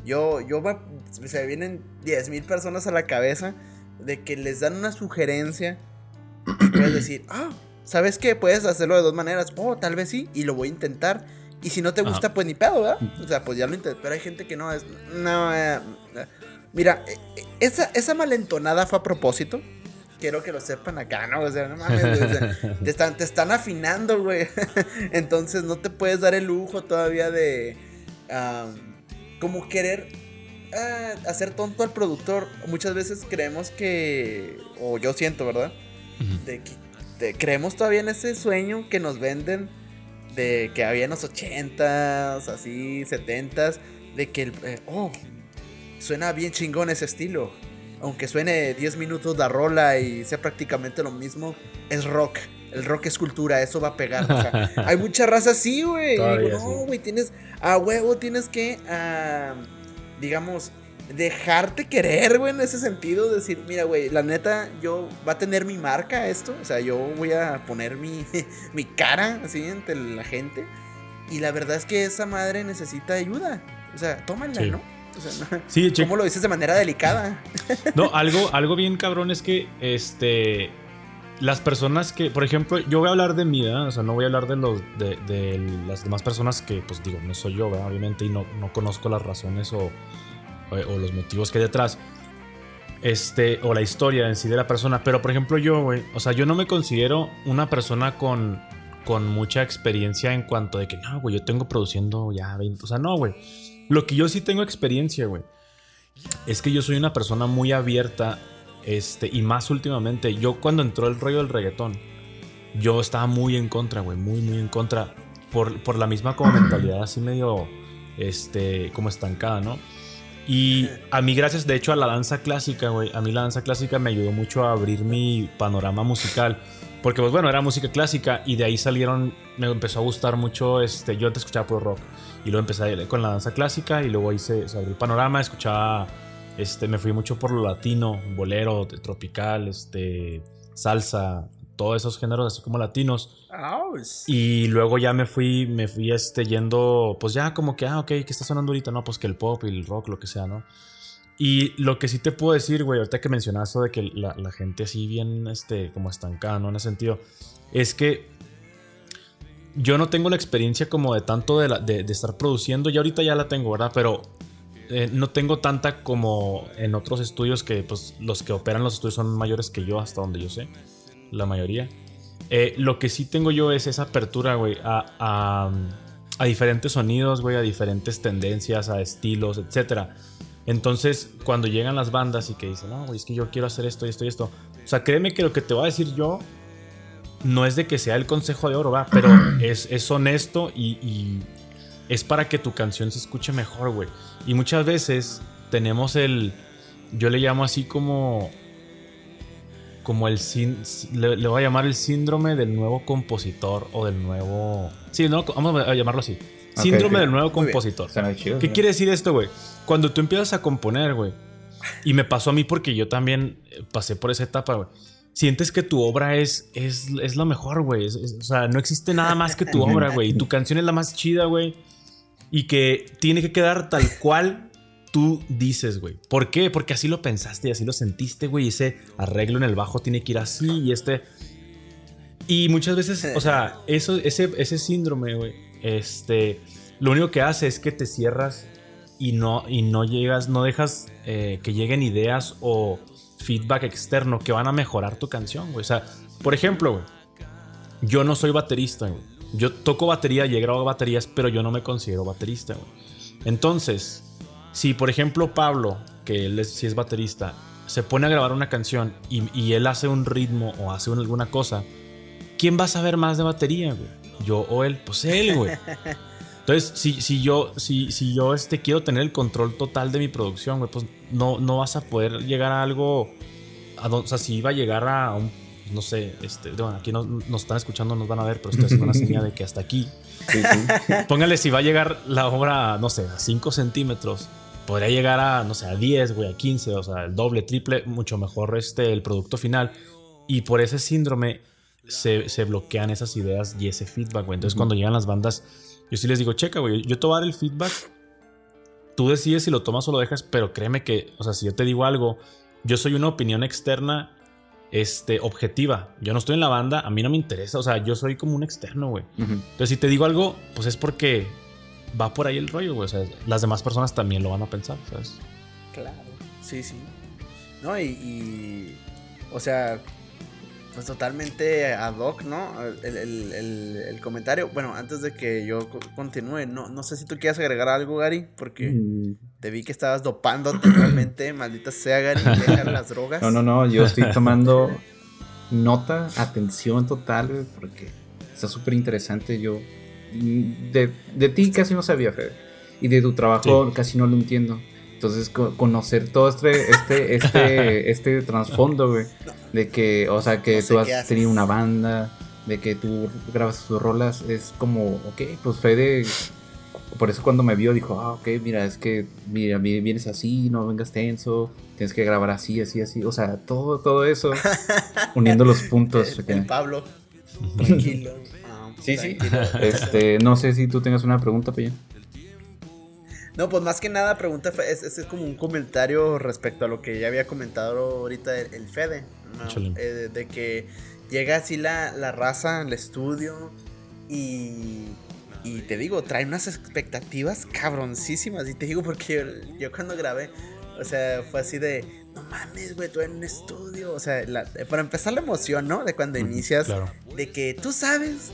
se vienen 10,000 personas a la cabeza de que les dan una sugerencia y puedes decir, ¿sabes qué? Puedes hacerlo de dos maneras. Tal vez sí, y lo voy a intentar. Y si no te gusta, pues ni pedo, ¿verdad? O sea, pues ya lo intenté. Pero hay gente que no es. No, mira, esa malentonada fue a propósito. Quiero que lo sepan acá, ¿no? O sea, no mames, güey. O sea, te están afinando, güey. Entonces no te puedes dar el lujo todavía de como querer hacer tonto al productor. Muchas veces creemos que, o yo siento, ¿verdad? De que creemos todavía en ese sueño que nos venden de que había en los 80s, así, 70s, de que suena bien chingón ese estilo. Aunque suene 10 minutos la rola y sea prácticamente lo mismo, es rock. El rock es cultura, eso va a pegar. O sea, hay mucha raza así, güey. No, güey, tienes que, digamos, dejarte querer, güey, en ese sentido. Decir, mira, güey, la neta, va a tener mi marca esto. O sea, yo voy a poner mi cara así ante la gente. Y la verdad es que esa madre necesita ayuda. O sea, tómala, sí. ¿No? O sea, no, sí, ¿cómo lo dices de manera delicada? No, algo bien cabrón es que las personas que, por ejemplo, yo voy a hablar de mí, ¿verdad? O sea, no voy a hablar de las demás personas que, pues digo, no soy yo, ¿verdad? Obviamente, y no conozco las razones o los motivos que hay detrás, o la historia en sí de la persona. Pero, por ejemplo, yo, güey, o sea, yo no me considero una persona con mucha experiencia en cuanto de que, no, güey, yo tengo produciendo ya 20, o sea, no, güey. Lo que yo sí tengo experiencia, güey, es que yo soy una persona muy abierta, y más últimamente. Yo cuando entró el rollo del reggaetón, yo estaba muy en contra, güey, muy, muy en contra, por la misma como mentalidad así medio, como estancada, ¿no? Y a mí, gracias, de hecho, a la danza clásica, güey, a mí la danza clásica me ayudó mucho a abrir mi panorama musical. Porque, pues bueno, era música clásica y de ahí me empezó a gustar mucho, yo antes escuchaba puro rock. Y luego empecé con la danza clásica y luego ahí se abrió el panorama, escuchaba, me fui mucho por lo latino, bolero, tropical, salsa, todos esos géneros así como latinos. Y luego ya me fui yendo, pues ya como que, ok, ¿qué está sonando ahorita? No, pues que el pop y el rock, lo que sea, ¿no? Y lo que sí te puedo decir, güey, ahorita que mencionas eso de que la gente así bien, como estancada, ¿no? En ese sentido, es que yo no tengo la experiencia como de tanto de estar produciendo. Y ahorita ya la tengo, ¿verdad? Pero no tengo tanta como en otros estudios que, pues, los que operan los estudios son mayores que yo, hasta donde yo sé, la mayoría. Lo que sí tengo yo es esa apertura, güey, a diferentes sonidos, güey, a diferentes tendencias, a estilos, etcétera. Entonces, cuando llegan las bandas y que dicen, no, güey, es que yo quiero hacer esto y esto y esto. O sea, créeme que lo que te voy a decir yo no es de que sea el consejo de oro, ¿va? Pero es honesto y es para que tu canción se escuche mejor, güey. Y muchas veces tenemos yo le llamo así como como le voy a llamar el síndrome del nuevo compositor o del nuevo... Sí, no, vamos a llamarlo así. Síndrome del nuevo compositor. Chido, ¿Qué quiere decir esto, güey? Cuando tú empiezas a componer, güey, y me pasó a mí porque yo también pasé por esa etapa, güey. Sientes que tu obra es lo mejor, güey. O sea, no existe nada más que tu obra, güey. Y tu canción es la más chida, güey. Y que tiene que quedar tal cual tú dices, güey. ¿Por qué? Porque así lo pensaste y así lo sentiste, güey. Ese arreglo en el bajo tiene que ir así y Y muchas veces, o sea, ese síndrome, güey, lo único que hace es que te cierras y no dejas que lleguen ideas o feedback externo que van a mejorar tu canción, güey. O sea, por ejemplo, güey, yo no soy baterista, güey. Yo toco batería y he grabado baterías, pero yo no me considero baterista, güey. Entonces, si por ejemplo Pablo, que él sí es baterista, se pone a grabar una canción y él hace un ritmo o hace alguna cosa, ¿quién va a saber más de batería, güey? ¿Yo o él? Pues él, güey. Entonces, si yo quiero tener el control total de mi producción, güey, pues no vas a poder llegar a algo... o sea, si iba a llegar a un... No sé, bueno, aquí nos están escuchando, nos van a ver, pero estoy haciendo una señal de que hasta aquí. Sí. Póngale, si va a llegar la obra, no sé, a 5 centímetros, podría llegar a, no sé, a 10, güey, a 15, o sea, el doble, triple, mucho mejor el producto final. Y por ese síndrome se bloquean esas ideas y ese feedback, güey. Entonces, cuando llegan las bandas, yo sí les digo, checa, güey, yo te voy a dar el feedback, tú decides si lo tomas o lo dejas, pero créeme que, o sea, si yo te digo algo, yo soy una opinión externa objetiva. Yo no estoy en la banda, a mí no me interesa, o sea, yo soy como un externo, güey. Entonces, si te digo algo, pues es porque va por ahí el rollo, güey. O sea, las demás personas también lo van a pensar, ¿sabes? Claro, sí. No, o sea, pues totalmente ad hoc, ¿no? El comentario. Bueno, antes de que yo continúe, no sé si tú quieres agregar algo, Gary, porque te vi que estabas dopándote realmente. Maldita sea, Gary, deja las drogas. No, yo estoy tomando atención total, güey, porque está súper interesante. Yo de ti casi no sabía, Fede, y de tu trabajo casi no lo entiendo. Entonces, conocer todo este trasfondo, güey, de que, o sea, que tú has tenido una banda, de que tú grabas tus rolas, es como, ok, pues Fede, por eso cuando me vio dijo, ok, mira, es que, mira, vienes así, no vengas tenso, tienes que grabar así, o sea, todo eso, uniendo los puntos. El Pablo, tranquilo. Sí, tranquilo. No sé si tú tengas una pregunta, Peña. No, pues más que nada pregunta, es como un comentario respecto a lo que ya había comentado ahorita el Fede, ¿no? De que llega así la raza al estudio y te digo, trae unas expectativas cabroncísimas. Y te digo porque yo cuando grabé, o sea, fue así de, no mames, güey, tú en un estudio. O sea, para empezar la emoción, ¿no? De cuando inicias, claro. De que tú sabes...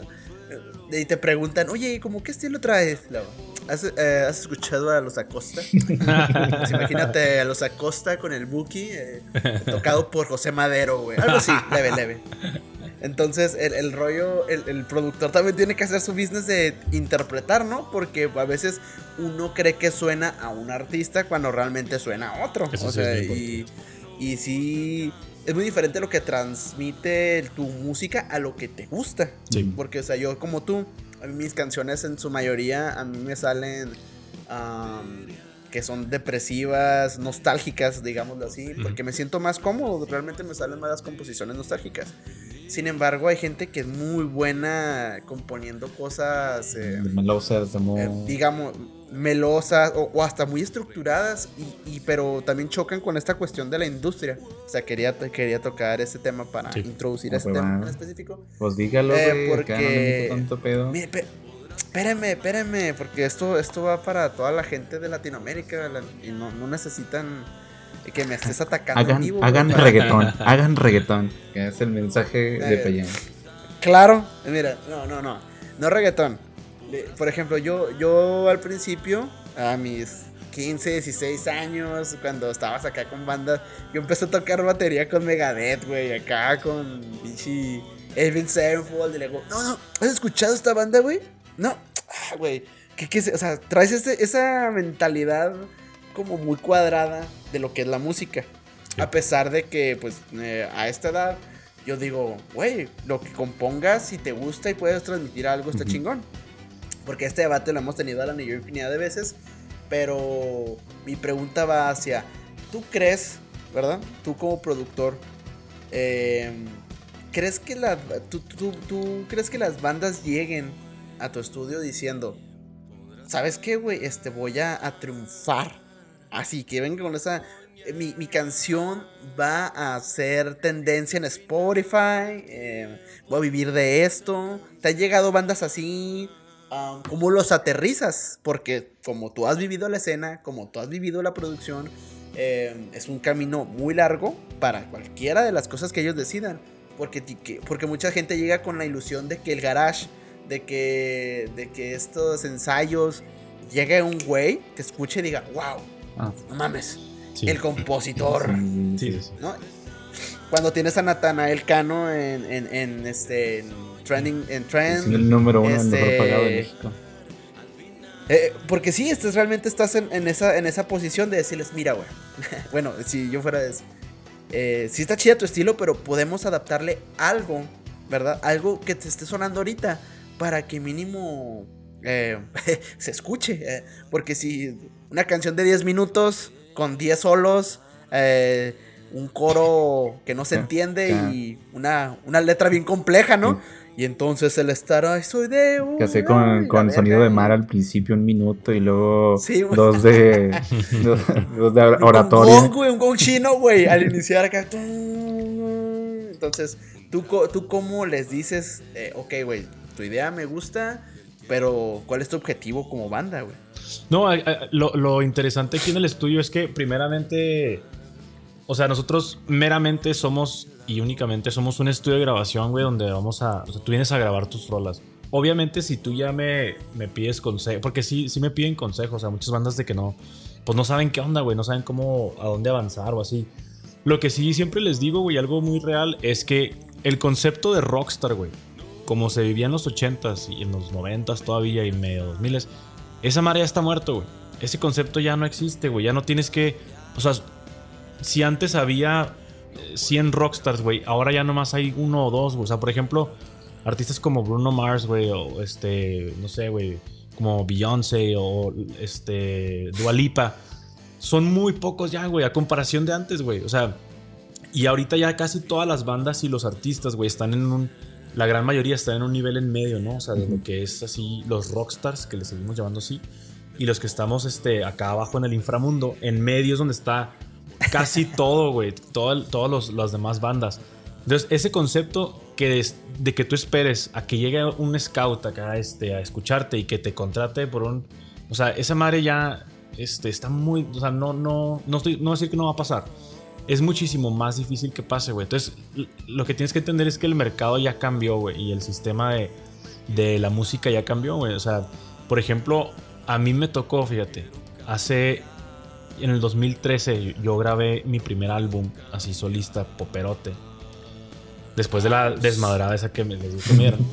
y te preguntan, oye, ¿cómo qué estilo traes? ¿Has escuchado a los Acosta? Pues imagínate a los Acosta con el Buki, tocado por José Madero, güey. Algo así, leve. Entonces, el rollo, el productor también tiene que hacer su business de interpretar, ¿no? Porque a veces uno cree que suena a un artista cuando realmente suena a otro. Eso o sea, sí y sí... Es muy diferente lo que transmite tu música a lo que te gusta. Sí. Porque, o sea, yo como tú, a mí mis canciones en su mayoría a mí me salen que son depresivas, nostálgicas, digámoslo así, porque me siento más cómodo, realmente me salen más las composiciones nostálgicas. Sin embargo, hay gente que es muy buena componiendo cosas melosas, digamos, melosas o hasta muy estructuradas, pero también chocan con esta cuestión de la industria. O sea, quería tocar ese tema para introducir ese tema en específico. Pues dígalo, güey, porque no me tanto pedo. Espérame, porque esto va para toda la gente de Latinoamérica y no necesitan que me estés atacando en vivo. Hagan reggaetón, que es el mensaje de Payán. Claro, mira, no reggaetón. Por ejemplo, yo al principio, a mis 15, 16 años, cuando estabas acá con bandas, yo empecé a tocar batería con Megadeth, güey, acá con Vichy, Avenged Sevenfold, y le digo, no, ¿has escuchado esta banda, güey? No, güey, o sea, traes esa mentalidad como muy cuadrada de lo que es la música. Sí. A pesar de que, pues, a esta edad, yo digo, güey, lo que compongas, si te gusta y puedes transmitir algo, está chingón. Porque este debate lo hemos tenido Alan y yo infinidad de veces. Pero mi pregunta va hacia, ¿tú crees, verdad? Tú como productor, ¿crees que tú crees que las bandas lleguen a tu estudio diciendo, ¿sabes qué, güey? Voy a triunfar. Así que venga con esa... Mi canción va a ser tendencia en Spotify. Voy a vivir de esto. ¿Te han llegado bandas así? ¿Cómo los aterrizas? Porque como tú has vivido la escena, como tú has vivido la producción, es un camino muy largo para cualquiera de las cosas que ellos decidan. Porque mucha gente llega con la ilusión de que el garage, de que estos ensayos, llegue un güey que escuche y diga, wow, no mames, sí, el compositor. Sí. ¿No? Cuando tienes a Natanael Cano en Trending, en Trend, es el número uno, el mejor pagado de México. Porque sí, realmente estás en esa posición de decirles, mira, güey. Bueno, si yo fuera de eso, sí está chida tu estilo, pero podemos adaptarle algo, ¿verdad? Algo que te esté sonando ahorita para que mínimo se escuche. Porque si una canción de 10 minutos con 10 solos, un coro que no se entiende y una letra bien compleja, ¿no? Sí. Y entonces el estar, ay, soy de un... Que hace con sonido de mar al principio 1 minuto y luego sí, dos de oratoria. Un gong chino, güey, al iniciar acá. Entonces, ¿tú cómo les dices, ok, güey, tu idea me gusta, pero ¿cuál es tu objetivo como banda, güey? No, lo interesante aquí en el estudio es que primeramente... O sea, nosotros meramente somos y únicamente somos un estudio de grabación, güey, donde vamos a... O sea, tú vienes a grabar tus rolas. Obviamente, si tú ya me pides consejo... Porque sí me piden consejos. O sea, muchas bandas de que no... Pues no saben qué onda, güey. No saben cómo... A dónde avanzar o así. Lo que sí siempre les digo, güey, algo muy real, es que el concepto de rockstar, güey, como se vivía en los 80s y en los 90s todavía y medio 2000s, esa madre ya está muerto, güey. Ese concepto ya no existe, güey. Ya no tienes que... O sea... Si antes había 100 rockstars, güey, ahora ya nomás hay 1 o 2, güey. O sea, por ejemplo, artistas como Bruno Mars, güey, o no sé, güey, como Beyoncé o Dua Lipa, son muy pocos ya, güey, a comparación de antes, güey. O sea, y ahorita ya casi todas las bandas y los artistas, güey, están en la gran mayoría están en un nivel en medio, ¿no? O sea, de lo que es así los rockstars, que les seguimos llamando así, y los que estamos acá abajo en el inframundo, en medio es donde está casi todo, güey. Todas las demás bandas. Entonces, ese concepto de que tú esperes a que llegue un scout acá a escucharte y que te contrate por un... O sea, esa madre ya está muy... O sea, no voy a decir que no va a pasar. Es muchísimo más difícil que pase, güey. Entonces, lo que tienes que entender es que el mercado ya cambió, güey. Y el sistema de la música ya cambió, güey. O sea, por ejemplo, a mí me tocó, fíjate, en el 2013 yo grabé mi primer álbum así solista, poperote. Después de la desmadrada esa que les dije que me dieron.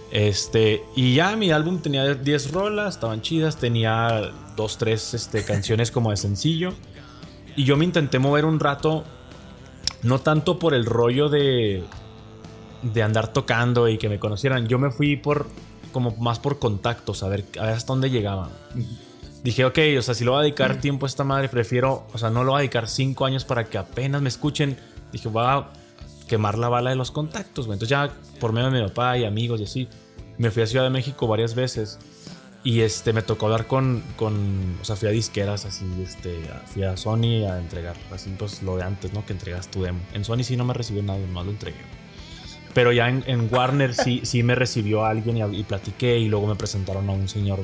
Y ya mi álbum tenía 10 rolas, estaban chidas, tenía 2, 3 canciones como de sencillo. Y yo me intenté mover un rato, no tanto por el rollo de andar tocando y que me conocieran. Yo me fui más por contactos, a ver hasta dónde llegaba. Dije, ok, o sea, si lo voy a dedicar tiempo a esta madre, prefiero, o sea, no lo voy a dedicar 5 años para que apenas me escuchen. Dije, voy a quemar la bala de los contactos, güey. Entonces ya, por medio de mi papá y amigos y así, me fui a Ciudad de México varias veces. Y me tocó hablar o sea, fui a disqueras así, fui a Sony a entregar, así pues lo de antes, ¿no? Que entregas tu demo. En Sony sí no me recibió nadie, más lo entregué. Pero ya en Warner sí me recibió alguien y platiqué, y luego me presentaron a un señor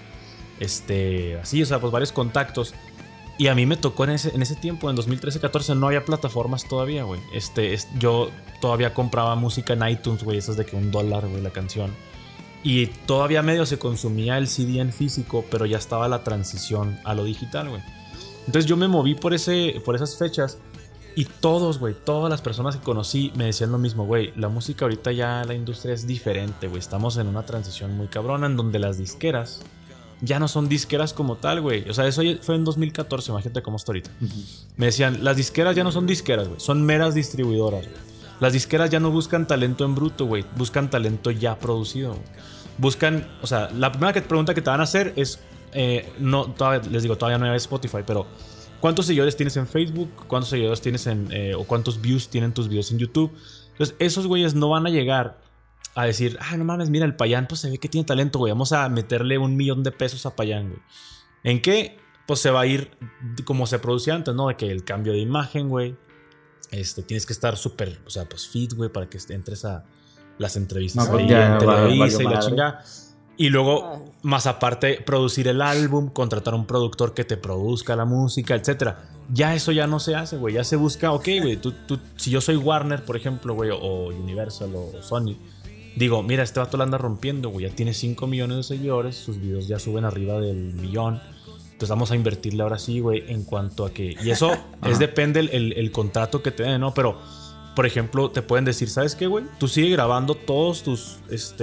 así, o sea, pues varios contactos. Y a mí me tocó en ese tiempo, en 2013-14, no había plataformas todavía, güey. Yo todavía compraba música en iTunes, güey, esas de que $1, güey, la canción. Y todavía medio se consumía el CD en físico, pero ya estaba la transición a lo digital, güey. Entonces yo me moví por esas fechas, y todas las personas que conocí me decían lo mismo, güey. La música ahorita ya, la industria es diferente, güey. Estamos en una transición muy cabrona en donde las disqueras ya no son disqueras como tal, güey. O sea, eso fue en 2014, imagínate cómo está ahorita. Me decían, las disqueras ya no son disqueras, güey. Son meras distribuidoras, güey. Las disqueras ya no buscan talento en bruto, güey. Buscan talento ya producido, güey. Buscan, o sea, la primera pregunta que te van a hacer es, no, todavía, les digo, todavía no hay Spotify, pero ¿cuántos seguidores tienes en Facebook? ¿Cuántos seguidores tienes o cuántos views tienen tus videos en YouTube? Entonces, esos güeyes no van a llegar a decir, no mames, mira, el Payán, pues se ve que tiene talento, güey. Vamos a meterle $1,000,000 a Payán, güey. ¿En qué? Pues se va a ir como se producía antes, ¿no? De que el cambio de imagen, güey. Tienes que estar súper, o sea, pues fit, güey, para que entres a las entrevistas ahí en Televisa y la chingada. Y luego, más aparte, producir el álbum, contratar a un productor que te produzca la música, etcétera. Ya eso ya no se hace, güey. Ya se busca, ok, güey, tú, si yo soy Warner, por ejemplo, güey, o Universal o Sony, digo, mira, este vato la anda rompiendo, güey. Ya tiene 5 millones de seguidores, sus videos ya suben arriba del 1,000,000. Entonces vamos a invertirle ahora sí, güey, en cuanto a que... Y eso depende el contrato que te den, ¿no? Pero, por ejemplo, te pueden decir, ¿sabes qué, güey? Tú sigues grabando todos tus...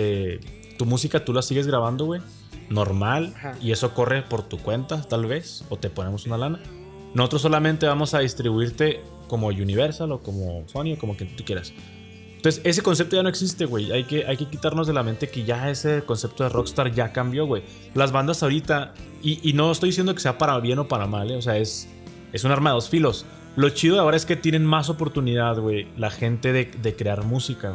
tu música tú la sigues grabando, güey. Normal. Y eso corre por tu cuenta, tal vez. O te ponemos una lana. Nosotros solamente vamos a distribuirte como Universal o como Sony o como que tú quieras. Entonces, ese concepto ya no existe, güey. Hay que quitarnos de la mente que ya ese concepto de rockstar ya cambió, güey. Las bandas ahorita... Y no estoy diciendo que sea para bien o para mal, ¿eh? O sea, es un arma de dos filos. Lo chido de ahora es que tienen más oportunidad, güey, la gente de crear música,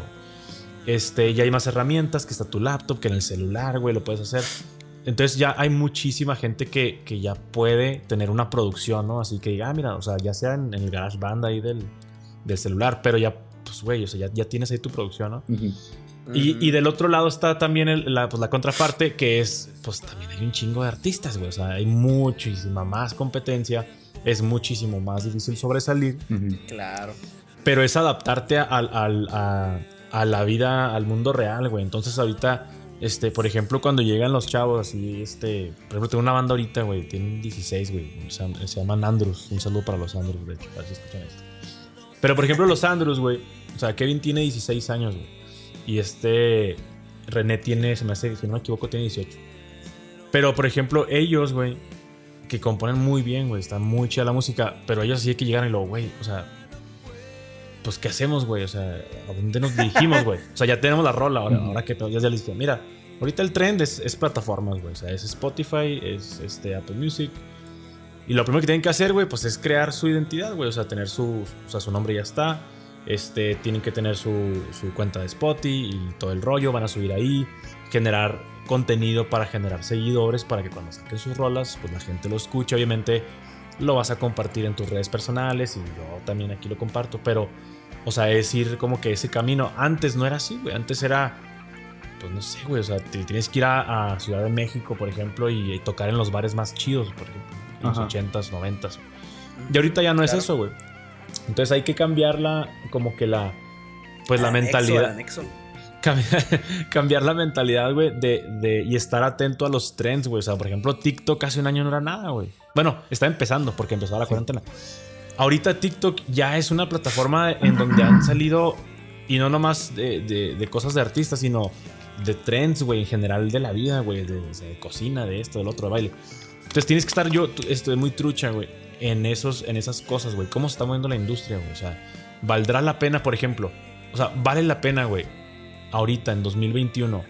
güey. Ya hay más herramientas, que está tu laptop, que en el celular, güey, lo puedes hacer. Entonces ya hay muchísima gente que ya puede tener una producción, ¿no? Así que diga, mira, o sea, ya sea en el GarageBand ahí del celular, pero ya, pues, güey, o sea, ya tienes ahí tu producción, ¿no? Uh-huh. Y del otro lado está también la contraparte, que es, pues también hay un chingo de artistas, güey. O sea, hay muchísima más competencia, es muchísimo más difícil sobresalir. Uh-huh. Claro. Pero es adaptarte a la vida, al mundo real, güey. Entonces ahorita, por ejemplo, cuando llegan los chavos así, por ejemplo, tengo una banda ahorita, güey, tienen 16, güey. Se llaman Andrews. Un saludo para los Andrews, de hecho, para si escuchan esto. Pero, por ejemplo, los Andrews, güey. O sea, Kevin tiene 16 años, güey. Y René tiene, se me hace, si no me equivoco, tiene 18. Pero, por ejemplo, ellos, güey, que componen muy bien, güey, está muy chida la música. Pero ellos sí hay que llegar y luego, güey, o sea, pues, ¿qué hacemos, güey? O sea, ¿a dónde nos dirigimos, güey? O sea, ya tenemos la rola ahora que ya les dije, mira, ahorita el trend es plataformas, güey. O sea, es Spotify, es Apple Music. Y lo primero que tienen que hacer, güey, pues es crear su identidad, güey. O sea, tener su nombre ya está. Tienen que tener su cuenta de Spotify y todo el rollo. Van a subir ahí, generar contenido para generar seguidores, para que cuando saquen sus rolas, pues la gente lo escuche. Obviamente lo vas a compartir en tus redes personales y yo también aquí lo comparto. Pero, o sea, es ir como que ese camino. Antes no era así, güey. Antes era, pues no sé, güey. O sea, tienes que ir a Ciudad de México, por ejemplo, y tocar en los bares más chidos, por ejemplo, en los 80s, 90s. Y ahorita ya no es eso, güey. Entonces hay que cambiarla, como que la mentalidad. Cambiar la mentalidad, güey, y estar atento a los trends, güey. O sea, por ejemplo, TikTok hace un año no era nada, güey. Bueno, está empezando porque empezó la cuarentena. Ahorita TikTok ya es una plataforma en donde han salido, y no nomás de cosas de artistas, sino de trends, güey, en general de la vida, güey, de cocina, de esto, del otro, de baile. Entonces tienes que estar muy trucha, güey, en esas cosas, güey. ¿Cómo se está moviendo la industria, güey? O sea, ¿valdrá la pena, por ejemplo? O sea, ¿vale la pena, güey, ahorita en 2021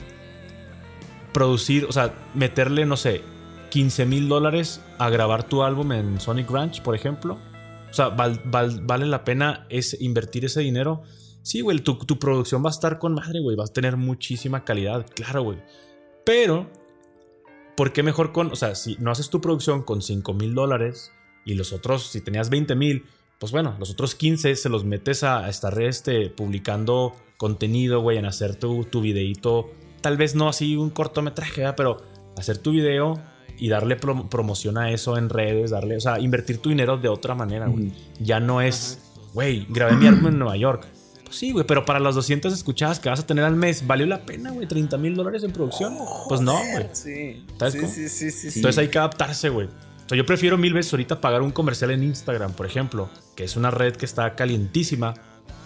producir, o sea, meterle, no sé, $15,000 a grabar tu álbum en Sonic Ranch, por ejemplo? O sea, ¿vale la pena invertir ese dinero? Sí, güey, tu producción va a estar con madre, güey. Vas a tener muchísima calidad, claro, güey. Pero, ¿por qué mejor o sea, si no haces tu producción con $5,000 y los otros, si tenías 20,000, pues bueno, los otros 15 se los metes a estar publicando contenido, güey, en hacer tu videíto, tal vez no así un cortometraje, ¿verdad? Pero hacer tu video y darle promoción a eso en redes, o sea, invertir tu dinero de otra manera, güey. Ya no es, güey, grabé mi álbum en Nueva York. Pues sí, güey, pero para las 200 escuchadas que vas a tener al mes, ¿valió la pena, güey? $30,000 en producción. Pues no, güey. Sí. ¿Sabes cómo? Sí. Entonces hay que adaptarse, güey. O sea, yo prefiero 1000 veces ahorita pagar un comercial en Instagram, por ejemplo, que es una red que está calientísima,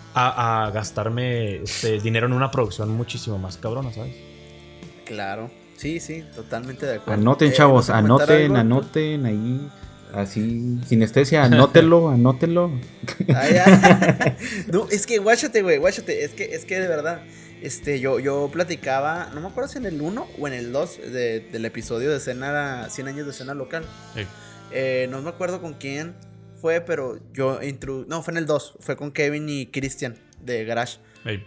a gastarme dinero en una producción muchísimo más cabrona, ¿sabes? Claro. Sí, totalmente de acuerdo. Anoten, chavos, anoten ahí. Así, sinestesia, anótenlo. No, es que guáchate, güey, es que de verdad, yo platicaba, no me acuerdo si en el 1 o en el 2 del episodio de 100 años de escena local. Sí. No me acuerdo con quién fue, pero no, fue en el 2, fue con Kevin y Christian de Garage. Sí.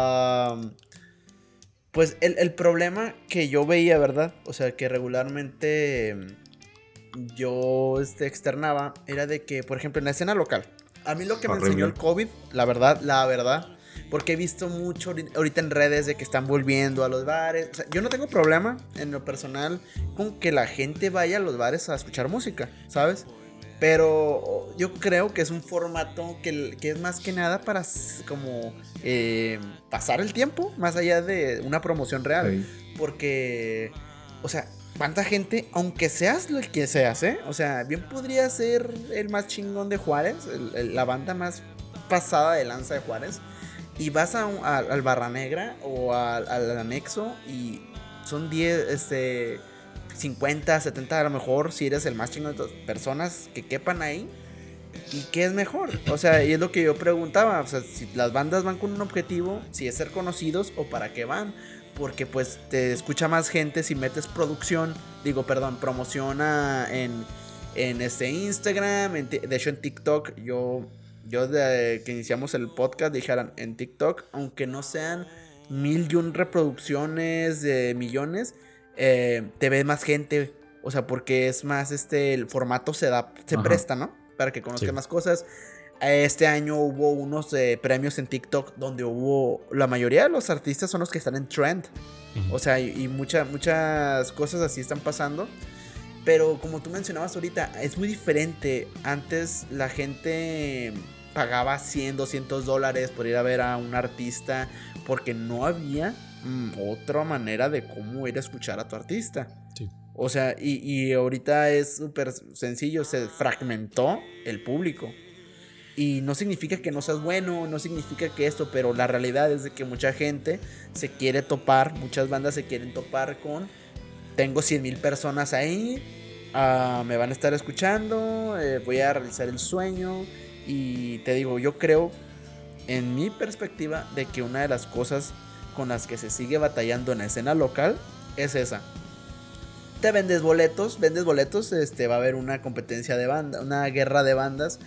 Pues el problema que yo veía, ¿verdad? O sea, que regularmente yo externaba era de que, por ejemplo, en la escena local, a mí lo que me enseñó el COVID, la verdad, porque he visto mucho ahorita en redes de que están volviendo a los bares. O sea, yo no tengo problema en lo personal con que la gente vaya a los bares a escuchar música, ¿sabes? Pero yo creo que es un formato que es más que nada para como pasar el tiempo, más allá de una promoción real. Sí. Porque, o sea, cuánta gente, aunque seas lo que seas, o sea, bien podría ser el más chingón de Juárez, la banda más pasada de lanza de Juárez, y vas al Barra Negra o al Anexo y son 10, 50, 70 a lo mejor, si eres el más chingón de todas, personas que quepan ahí. ¿Y qué es mejor? O sea, y es lo que yo preguntaba, o sea, si las bandas van con un objetivo, si es ser conocidos o para qué van. Porque pues te escucha más gente si metes promoción en Instagram, de hecho en TikTok, yo desde que iniciamos el podcast dijeran en TikTok, aunque no sean 1,000,000 reproducciones de millones, te ve más gente, o sea, porque es más el formato se presta, ¿no? Para que conozcan más cosas. Este año hubo unos premios en TikTok donde la mayoría de los artistas son los que están en trend. Uh-huh. O sea, y muchas cosas así están pasando. Pero como tú mencionabas ahorita, es muy diferente. Antes la gente pagaba $100, $200 por ir a ver a un artista porque no había otra manera de cómo ir a escuchar a tu artista. Sí. O sea, y ahorita es súper sencillo, se fragmentó el público. Y no significa que no seas bueno, no significa que esto, pero la realidad es de que mucha gente se quiere topar, muchas bandas se quieren topar con, tengo 100,000 personas ahí, me van a estar escuchando, voy a realizar el sueño. Y te digo, yo creo, en mi perspectiva, de que una de las cosas con las que se sigue batallando en la escena local es esa. Te vendes boletos, va a haber una competencia de banda, una guerra de bandas,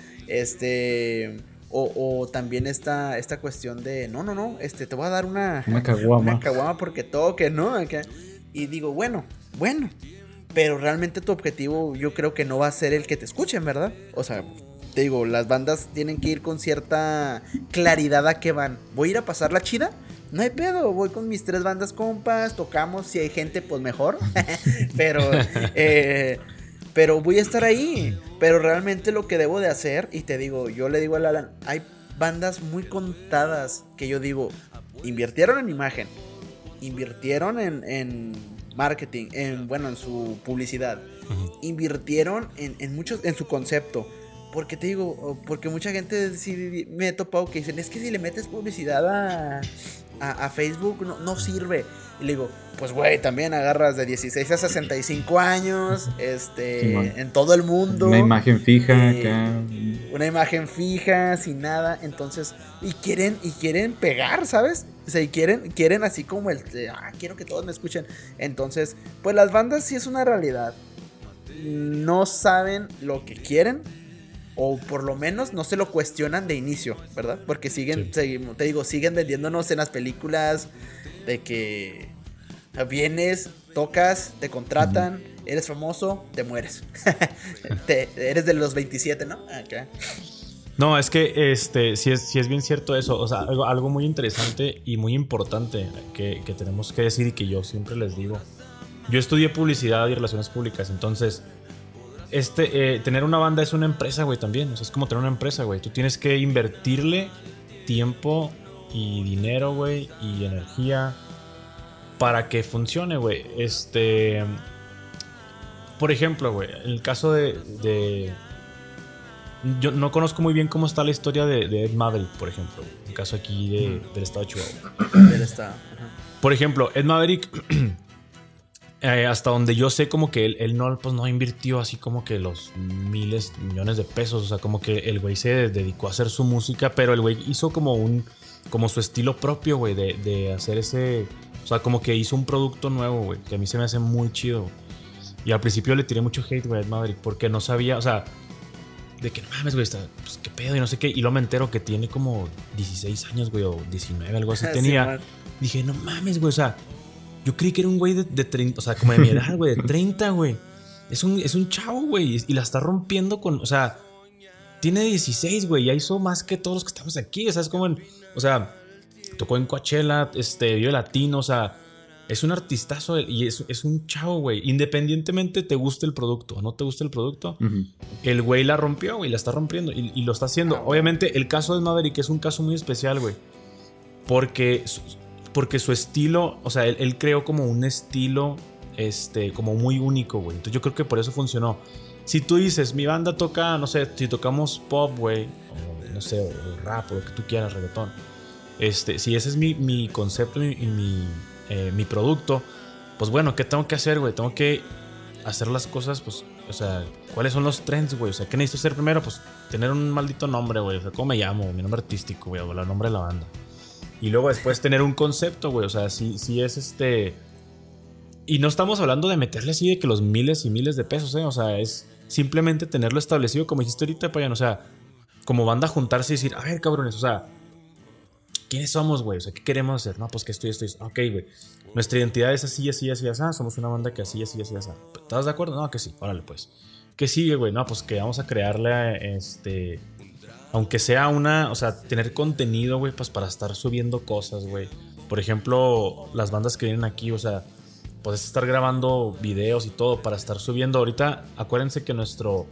o también esta cuestión de no, te voy a dar una caguama porque toque, ¿no? Acá. Y digo, bueno, pero realmente tu objetivo yo creo que no va a ser el que te escuchen, ¿verdad? O sea, te digo, las bandas tienen que ir con cierta claridad a qué van. ¿Voy a ir a pasarla chida? No hay pedo, voy con mis 3 bandas compas, tocamos, si hay gente pues mejor, pero voy a estar ahí. Pero realmente lo que debo de hacer, y te digo, yo le digo a Alan, hay bandas muy contadas que yo digo, invirtieron en imagen, invirtieron en marketing, en su publicidad, invirtieron en su concepto. Porque te digo, porque mucha gente sí me he topado que dicen, es que si le metes publicidad a Facebook no sirve. Y le digo, pues güey, también agarras de 16 a 65 años, en todo el mundo. Una imagen fija acá. Una imagen fija, sin nada. Entonces, y quieren pegar, ¿sabes? O sea, y quieren así como quiero que todos me escuchen. Entonces, pues las bandas sí es una realidad. No saben lo que quieren. O por lo menos no se lo cuestionan de inicio, ¿verdad? Porque siguen vendiéndonos en las películas de que vienes, tocas, te contratan, eres famoso, te mueres. Eres de los 27, ¿no? Okay. No, es que sí es bien cierto eso. O sea, algo muy interesante y muy importante que tenemos que decir y que yo siempre les digo. Yo estudié publicidad y relaciones públicas, entonces tener una banda es una empresa, güey, también. O sea, es como tener una empresa, güey. Tú tienes que invertirle tiempo y dinero, güey, y energía para que funcione, güey. Por ejemplo, güey, en el caso de yo no conozco muy bien cómo está la historia de Ed Maverick, por ejemplo. El caso aquí del estado de Chihuahua. Del estado. Por ejemplo, Ed Maverick hasta donde yo sé, como que él no, pues no invirtió así como que los miles, millones de pesos. O sea, como que el güey se dedicó a hacer su música, pero el güey hizo como su estilo propio, güey, de hacer ese... O sea, como que hizo un producto nuevo, güey, que a mí se me hace muy chido. Y al principio le tiré mucho hate, güey, a Ed Maverick, porque no sabía, o sea, de que no mames, güey, pues qué pedo y no sé qué. Y luego me entero que tiene como 16 años, güey, o 19, algo así tenía. Sí, dije, no mames, güey, o sea, yo creí que era un güey de 30, o sea, como de mi edad, güey, de 30, güey. Es un chavo, güey, y la está rompiendo con, o sea, tiene 16, güey, ya hizo más que todos los que estamos aquí, o sea, es como en, o sea, tocó en Coachella, Vive Latino, o sea, es un artistazo y es un chavo, güey. Independientemente te guste el producto o no te guste el producto, el güey la rompió, güey, la está rompiendo y lo está haciendo. Obviamente, el caso de Maverick es un caso muy especial, güey, porque su estilo, o sea, él creó como un estilo, como muy único, güey. Entonces yo creo que por eso funcionó. Si tú dices, mi banda toca, no sé, si tocamos pop, güey, o no sé, o rap, o lo que tú quieras, reggaetón. Si ese es mi concepto y mi producto, pues bueno, ¿qué tengo que hacer, güey? Tengo que hacer las cosas, pues, o sea, ¿cuáles son los trends, güey? O sea, ¿qué necesito hacer primero? Pues tener un maldito nombre, güey. O sea, ¿cómo me llamo? Mi nombre artístico, güey, o el nombre de la banda. Y luego después tener un concepto, güey. O sea, si es Y no estamos hablando de meterle así de que los miles y miles de pesos, ¿eh? O sea, es simplemente tenerlo establecido, como dijiste ahorita, Payan. O sea, como banda juntarse y decir, a ver, cabrones, o sea, ¿quiénes somos, güey? O sea, ¿qué queremos hacer? No, pues que esto. Ok, güey. Nuestra identidad es así. Somos una banda que así. ¿Estás de acuerdo? No, que sí. Órale, pues. ¿Qué sigue, güey? No, pues que vamos a crearle, aunque sea o sea, tener contenido, güey, pues para estar subiendo cosas, güey. Por ejemplo, las bandas que vienen aquí, o sea, puedes estar grabando videos y todo para estar subiendo. Ahorita, acuérdense que nuestro...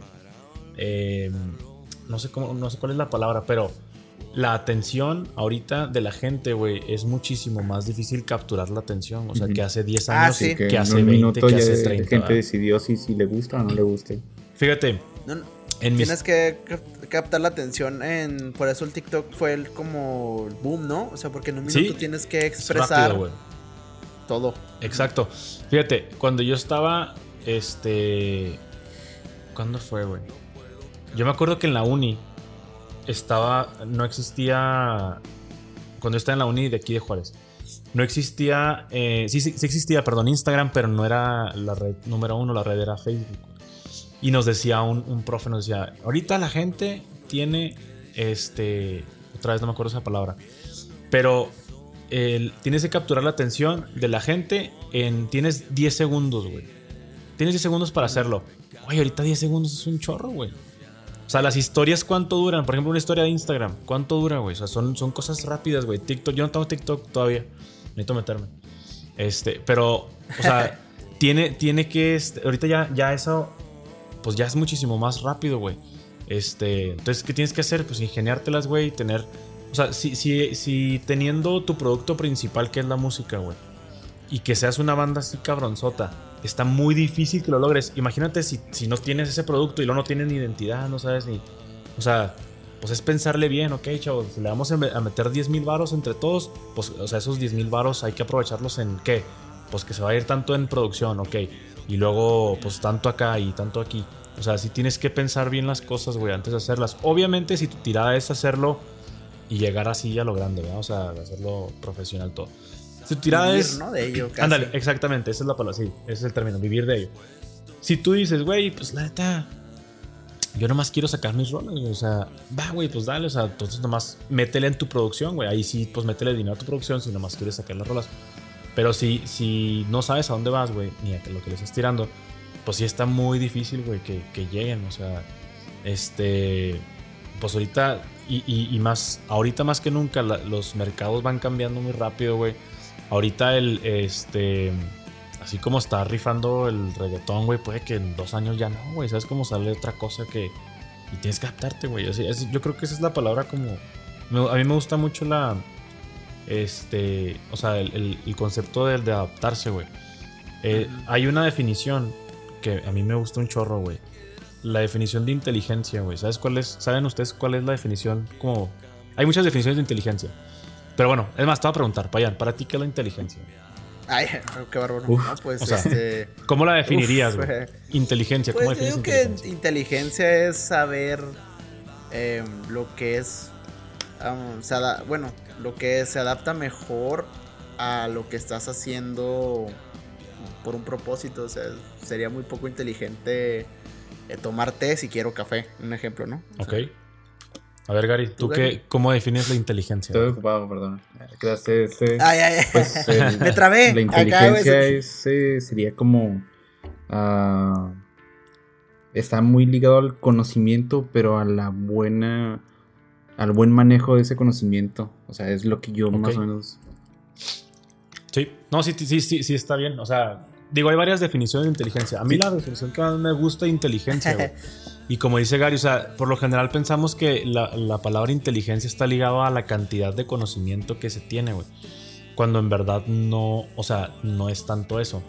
no sé cuál es la palabra, pero... La atención ahorita de la gente, güey, es muchísimo más difícil capturar la atención. O sea, que hace 10 años, sí. que hace 20, que hace 30. La gente decidió si le gusta o no le guste. Fíjate. Tienes que captar la atención por eso el TikTok fue como el boom, ¿no? O sea, porque en un minuto tienes que expresar rápido, todo. Exacto. Fíjate, cuando yo estaba, ¿cuándo fue, güey? Yo me acuerdo que en la uni no existía, cuando yo estaba en la uni de aquí de Juárez, no existía, sí existía, perdón, Instagram, pero no era la red número uno, la red era Facebook. Y nos decía un profe, nos decía, ahorita la gente tiene, otra vez no me acuerdo esa palabra, pero tienes que capturar la atención de la gente tienes 10 segundos, güey. Tienes 10 segundos para hacerlo. Güey, ahorita 10 segundos es un chorro, güey. O sea, las historias, ¿cuánto duran? Por ejemplo, una historia de Instagram, ¿cuánto dura, güey? O sea, son cosas rápidas, güey. TikTok, yo no tengo TikTok todavía. Necesito meterme. Pero, o sea, tiene que... ahorita ya eso, pues ya es muchísimo más rápido, güey. Entonces, ¿qué tienes que hacer? Pues ingeniártelas, güey, tener... O sea, si teniendo tu producto principal, que es la música, güey, y que seas una banda así cabronzota, está muy difícil que lo logres. Imagínate si no tienes ese producto y luego no tienes ni identidad, no sabes ni... O sea, pues es pensarle bien, ok, chavos, le vamos a meter 10,000 varos entre todos, pues, o sea, esos 10,000 varos hay que aprovecharlos en ¿qué? Pues que se va a ir tanto en producción, ok, y luego pues tanto acá y tanto aquí. O sea, sí tienes que pensar bien las cosas, güey, antes de hacerlas. Obviamente si tu tirada es hacerlo y llegar así a lo grande, ¿verdad? O sea, hacerlo profesional todo. Si tu tirada vivir, es... ¿no? De ello, casi. Ándale, exactamente, esa es la palabra, sí, ese es el término, vivir de ello. Si tú dices, güey, pues la neta, yo nomás quiero sacar mis rolas, güey, o sea, va, güey, pues dale, o sea, entonces nomás métele en tu producción, güey, ahí sí, pues métele dinero a tu producción si nomás quieres sacar las rolas. Pero si no sabes a dónde vas, güey, ni a lo que le estás tirando, pues sí está muy difícil, güey, que lleguen, o sea, pues ahorita, y más, ahorita más que nunca, los mercados van cambiando muy rápido, güey. Ahorita así como está rifando el reggaetón, güey, puede que en 2 años ya no, güey. ¿Sabes cómo sale otra cosa y tienes que adaptarte, güey? Yo creo que esa es la palabra como... A mí me gusta mucho o sea, el concepto de adaptarse, güey. Hay una definición que a mí me gusta un chorro, güey. La definición de inteligencia, güey. ¿Saben ustedes cuál es la definición? Como... Hay muchas definiciones de inteligencia. Pero bueno, es más, te voy a preguntar, Payan, ¿para ti qué es la inteligencia? Ay, qué bárbaro. Uf. No, pues O sea, ¿cómo la definirías, Uf, güey? Inteligencia, ¿cómo Pues defines digo que inteligencia? inteligencia es saber lo que es. Lo que se adapta mejor a lo que estás haciendo por un propósito. O sea, sería muy poco inteligente tomar té si quiero café. Un ejemplo, ¿no? O Ok. sea, A ver, Gary, ¿tú Gary? cómo defines la inteligencia? Estoy ocupado, perdón. Quedaste Ay. pues, Me trabé. La Acá, güey, inteligencia sería como... está muy ligado al conocimiento, pero a la buena... al buen manejo de ese conocimiento. O sea, es lo que yo más o menos... Sí, no, sí, está bien. O sea, digo, hay varias definiciones de inteligencia. A mí la definición que más me gusta es inteligencia, güey. Y como dice Gary, o sea, por lo general pensamos que la palabra inteligencia está ligada a la cantidad de conocimiento que se tiene, güey. Cuando en verdad no, o sea, no es tanto eso.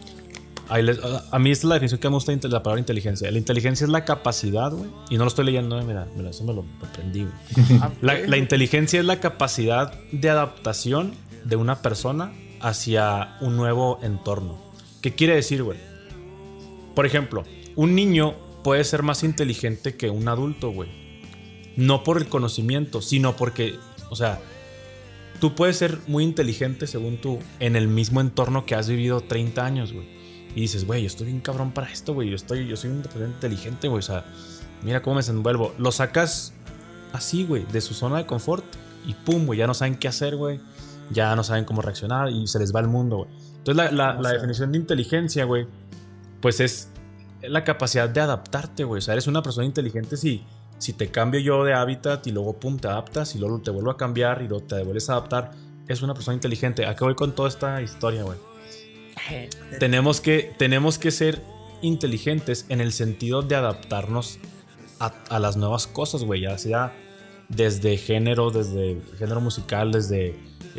A mí esta es la definición que me gusta de la palabra inteligencia. La inteligencia es la capacidad, güey. Y no lo estoy leyendo, mira, eso me lo aprendí, güey. La inteligencia es la capacidad de adaptación de una persona hacia un nuevo entorno. ¿Qué quiere decir, güey? Por ejemplo, un niño puede ser más inteligente que un adulto, güey. No por el conocimiento, sino porque, o sea, tú puedes ser muy inteligente, según tú, en el mismo entorno que has vivido 30 años, güey. Y dices, güey, yo estoy bien cabrón para esto, güey. Yo soy un inteligente, güey. O sea, mira cómo me desenvuelvo. Lo sacas así, güey, de su zona de confort y pum, güey, ya no saben qué hacer, güey. Ya no saben cómo reaccionar y se les va el mundo, güey. Entonces la definición de inteligencia, güey, pues es la capacidad de adaptarte, güey. O sea, eres una persona inteligente si te cambio yo de hábitat y luego pum, te adaptas y luego te vuelvo a cambiar y luego te vuelves a adaptar. Es una persona inteligente. ¿A qué voy con toda esta historia, güey? Tenemos que ser inteligentes en el sentido de adaptarnos a las nuevas cosas, güey. Ya sea desde género musical, desde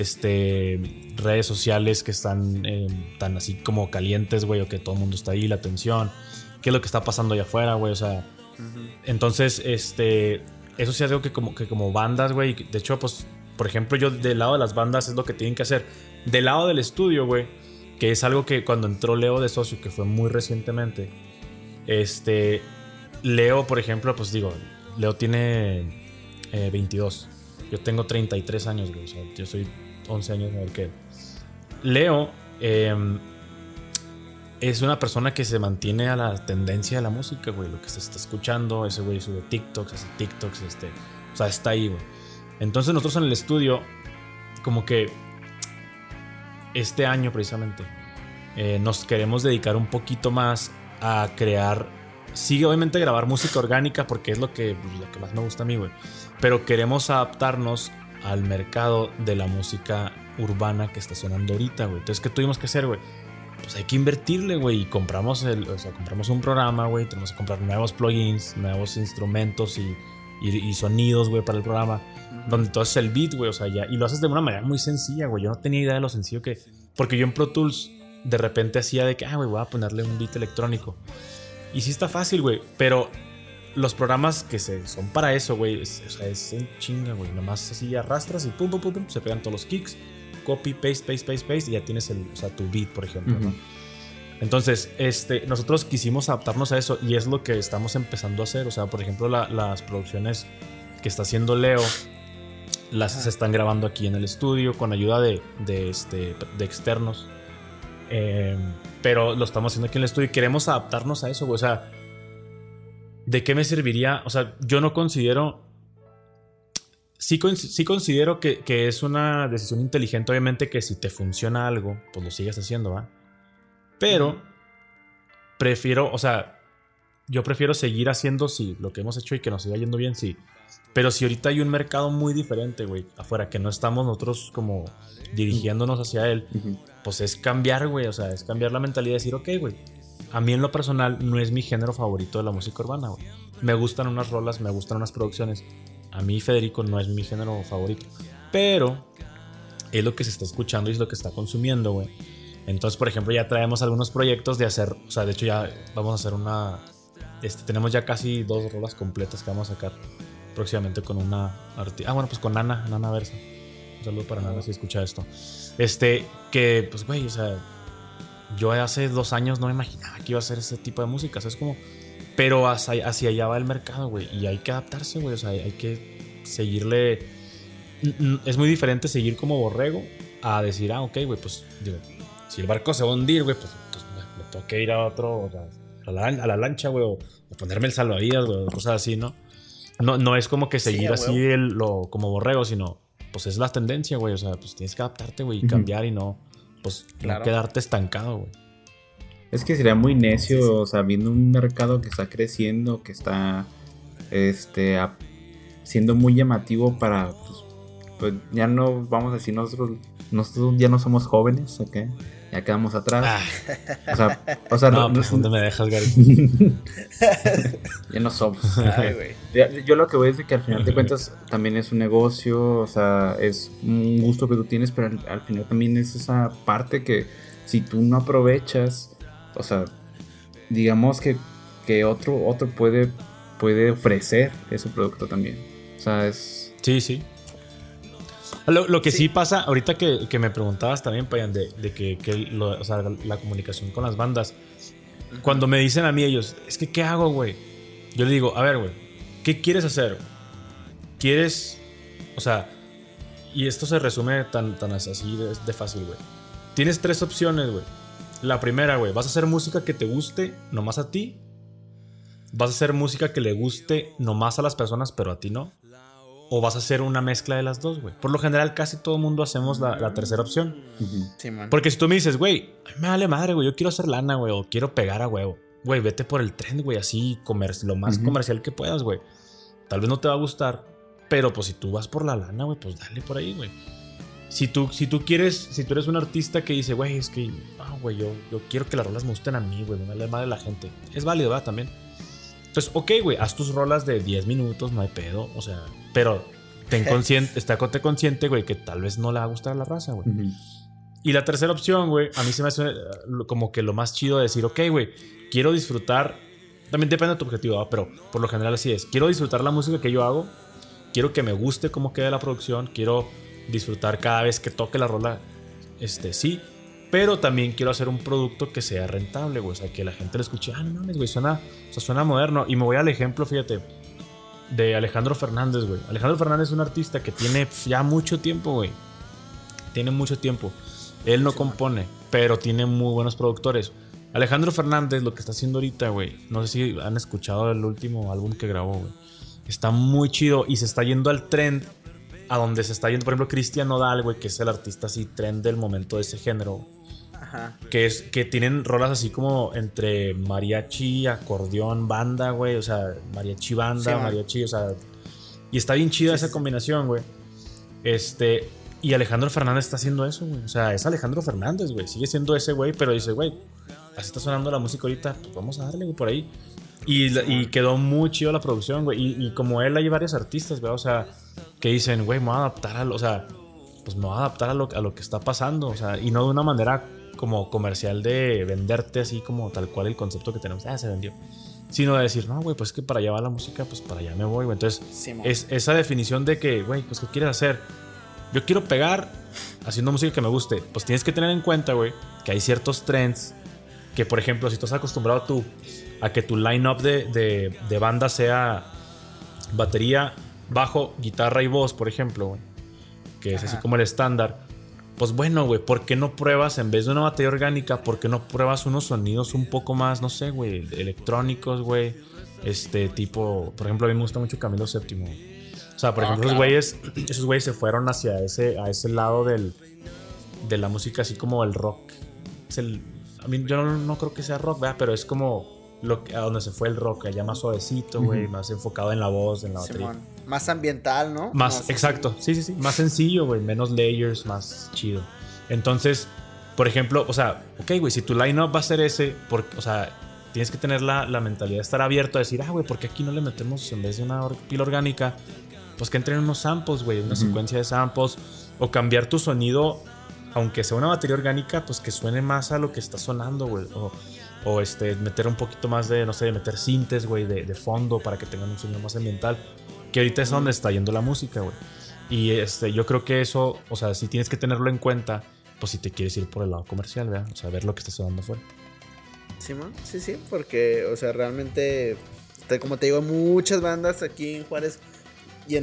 redes sociales que están tan así como calientes, güey, o que todo el mundo está ahí, la atención, qué es lo que está pasando allá afuera, güey, o sea, entonces, eso sí es algo que como bandas, güey, de hecho, pues, por ejemplo, yo del lado de las bandas es lo que tienen que hacer, del lado del estudio, güey, que es algo que cuando entró Leo de socio, que fue muy recientemente, Leo, por ejemplo, pues digo, Leo tiene 22. Yo tengo 33 años, güey. O sea, yo soy 11 años mayor que él. Leo es una persona que se mantiene a la tendencia de la música, güey. Lo que se está escuchando, ese güey sube TikToks, hace TikToks, o sea, está ahí, güey. Entonces nosotros en el estudio, como que este año precisamente, nos queremos dedicar un poquito más a crear. Sí, obviamente grabar música orgánica porque es lo que más me gusta a mí, güey. Pero queremos adaptarnos al mercado de la música urbana que está sonando ahorita, güey. Entonces, ¿qué tuvimos que hacer, güey? Pues hay que invertirle, güey. Y compramos un programa, güey. Tenemos que comprar nuevos plugins, nuevos instrumentos y sonidos, güey, para el programa. Donde tú haces el beat, güey. O sea, ya. Y lo haces de una manera muy sencilla, güey. Yo no tenía idea de lo sencillo que. Porque yo en Pro Tools de repente hacía de que, güey, voy a ponerle un beat electrónico. Y sí está fácil, güey. Pero los programas que son para eso, güey, es en chinga, güey. Nomás así arrastras y pum, pum, pum, pum, se pegan todos los kicks. Copy, paste, y ya tienes tu beat, por ejemplo, ¿no? Entonces, nosotros quisimos adaptarnos a eso y es lo que estamos empezando a hacer. O sea, por ejemplo, las producciones que está haciendo Leo se están grabando aquí en el estudio con ayuda de externos. Pero lo estamos haciendo aquí en el estudio y queremos adaptarnos a eso, güey. O sea, ¿de qué me serviría? O sea, yo no considero... Sí considero que es una decisión inteligente, obviamente, que si te funciona algo, pues lo sigues haciendo, ¿va? Pero yo prefiero seguir haciendo, sí, lo que hemos hecho y que nos siga yendo bien, sí. Pero si ahorita hay un mercado muy diferente, güey, afuera, que no estamos nosotros como dirigiéndonos hacia él, pues es cambiar, güey, o sea, es cambiar la mentalidad y decir, ok, güey, a mí en lo personal no es mi género favorito de la música urbana, güey. Me gustan unas rolas, me gustan unas producciones. A mí Federico no es mi género favorito, pero es lo que se está escuchando y es lo que está consumiendo, güey. Entonces, por ejemplo, ya traemos algunos proyectos de hacer, o sea, de hecho ya vamos a hacer una, tenemos ya casi 2 rolas completas que vamos a sacar próximamente con una bueno, pues con Nana Versa. Un saludo para Nana si escucha esto. Que, pues, güey, o sea, yo hace 2 años no me imaginaba que iba a hacer ese tipo de música, ¿sabes? Como, pero hacia allá va el mercado, güey, y hay que adaptarse, güey, o sea, hay que seguirle. Es muy diferente seguir como borrego a decir, ok, güey, pues, digo, si el barco se va a hundir, güey, pues me tengo que ir a otro, o sea, a la lancha, güey, o ponerme el salvavidas, güey, cosas así, ¿no? No es como que seguir así como borrego, sino, pues es la tendencia, güey, o sea, pues tienes que adaptarte, güey, y cambiar y no, pues, no quedarte estancado, güey. Es que sería muy necio, o sea, viendo un mercado que está creciendo, que está, siendo muy llamativo para, pues ya no, vamos a decir, nosotros ya no somos jóvenes, ¿ok? Ya quedamos atrás. O sea, no, pues ¿dónde me dejas, Gary? Ya no somos. Ay, güey. Yo lo que veo es de que al final de cuentas también es un negocio, o sea, es un gusto que tú tienes, pero al final también es esa parte que si tú no aprovechas, o sea, digamos que otro puede ofrecer ese producto también. O sea, es... Sí. Lo que sí pasa, ahorita que me preguntabas también, Payan, de que o sea, la comunicación con las bandas. Cuando me dicen a mí ellos, es que ¿qué hago, güey? Yo le digo, a ver, güey, ¿qué quieres hacer? ¿Quieres, o sea, y esto se resume tan así de fácil, güey? Tienes 3 opciones, güey. La primera, güey, vas a hacer música que te guste nomás a ti. Vas a hacer música que le guste nomás a las personas, pero a ti no. O vas a hacer una mezcla de las dos, güey. Por lo general, casi todo el mundo hacemos la tercera opción. Sí, man. Porque si tú me dices, güey, me vale madre, güey, yo quiero hacer lana, güey, o quiero pegar a huevo. Güey, vete por el trend, güey, así, lo más comercial que puedas, güey. Tal vez no te va a gustar, pero pues si tú vas por la lana, güey, pues dale por ahí, güey. Si tú eres un artista que dice, güey, es que, güey, yo quiero que las rolas me gusten a mí, güey, me vale madre la gente. Es válido, ¿verdad? También. Entonces, ok, güey, haz tus rolas de 10 minutos, no hay pedo, o sea, pero estate consciente, güey, que tal vez no le va a gustar a la raza, güey. Y la tercera opción, güey, a mí se me hace como que lo más chido de decir, ok, güey, quiero disfrutar, también depende de tu objetivo, ¿verdad? Pero por lo general así es, quiero disfrutar la música que yo hago, quiero que me guste cómo queda la producción, quiero disfrutar cada vez que toque la rola, sí, pero también quiero hacer un producto que sea rentable, güey. O sea, que la gente lo escuche. No mames, güey, suena moderno. Y me voy al ejemplo, fíjate, de Alejandro Fernández, güey. Alejandro Fernández es un artista que tiene ya mucho tiempo, güey. Tiene mucho tiempo. Él no compone, pero tiene muy buenos productores. Alejandro Fernández, lo que está haciendo ahorita, güey. No sé si han escuchado el último álbum que grabó, güey. Está muy chido y se está yendo al trend a donde se está yendo, por ejemplo, Cristian Nodal, güey, que es el artista así trend del momento de ese género. Ajá. Que tienen rolas así como entre mariachi, acordeón, banda, güey. O sea, mariachi, banda, sí, mariachi, o sea. Y está bien chida esa combinación, güey. Y Alejandro Fernández está haciendo eso, güey. O sea, es Alejandro Fernández, güey. Sigue siendo ese güey, pero dice, güey, así está sonando la música ahorita, pues vamos a darle, güey, por ahí. Y quedó muy chido la producción, güey. Y como él, hay varios artistas, güey. O sea, que dicen, güey, me voy a adaptar a lo que está pasando. O sea, y no de una manera como comercial de venderte así como tal cual el concepto que tenemos. Se vendió. Sino de decir, no, güey, pues es que para allá va la música, pues para allá me voy, güey. Entonces, es esa definición de que, güey, pues ¿qué quieres hacer? Yo quiero pegar haciendo música que me guste. Pues tienes que tener en cuenta, güey, que hay ciertos trends que, por ejemplo, si estás acostumbrado tú a que tu line-up de banda sea batería, bajo, guitarra y voz, por ejemplo, güey, que es así como el estándar. Pues bueno, güey, ¿por qué no pruebas, en vez de una batería orgánica, por qué no pruebas unos sonidos un poco más, no sé, güey, electrónicos, güey? Tipo, por ejemplo, a mí me gusta mucho Camilo VII. O sea, por ejemplo, claro, esos güeyes se fueron hacia ese lado de la música, así como el rock. A mí, yo no creo que sea rock, ¿verdad? Pero es como a donde se fue el rock, allá más suavecito, güey, más enfocado en la voz, en la batería. Simón. Más ambiental, ¿no? Más exacto, sí. Más sencillo, güey, menos layers, más chido. Entonces, por ejemplo, o sea, ok, güey, si tu line-up va a ser ese, o sea, tienes que tener la mentalidad de estar abierto a decir, güey, ¿por qué aquí no le metemos en vez de una pila orgánica? Pues que entren unos samples, güey, una secuencia de samples, o cambiar tu sonido, aunque sea una batería orgánica, pues que suene más a lo que está sonando, güey, o meter un poquito más de, no sé, meter sintes, güey, de fondo para que tengan un sonido más ambiental, que ahorita es donde está yendo la música, güey. Y yo creo que eso, o sea, sí tienes que tenerlo en cuenta, pues si te quieres ir por el lado comercial, ¿verdad? O sea, ver lo que está sonando afuera. Sí, man. Sí, porque, o sea, realmente, como te digo, hay muchas bandas aquí en Juárez y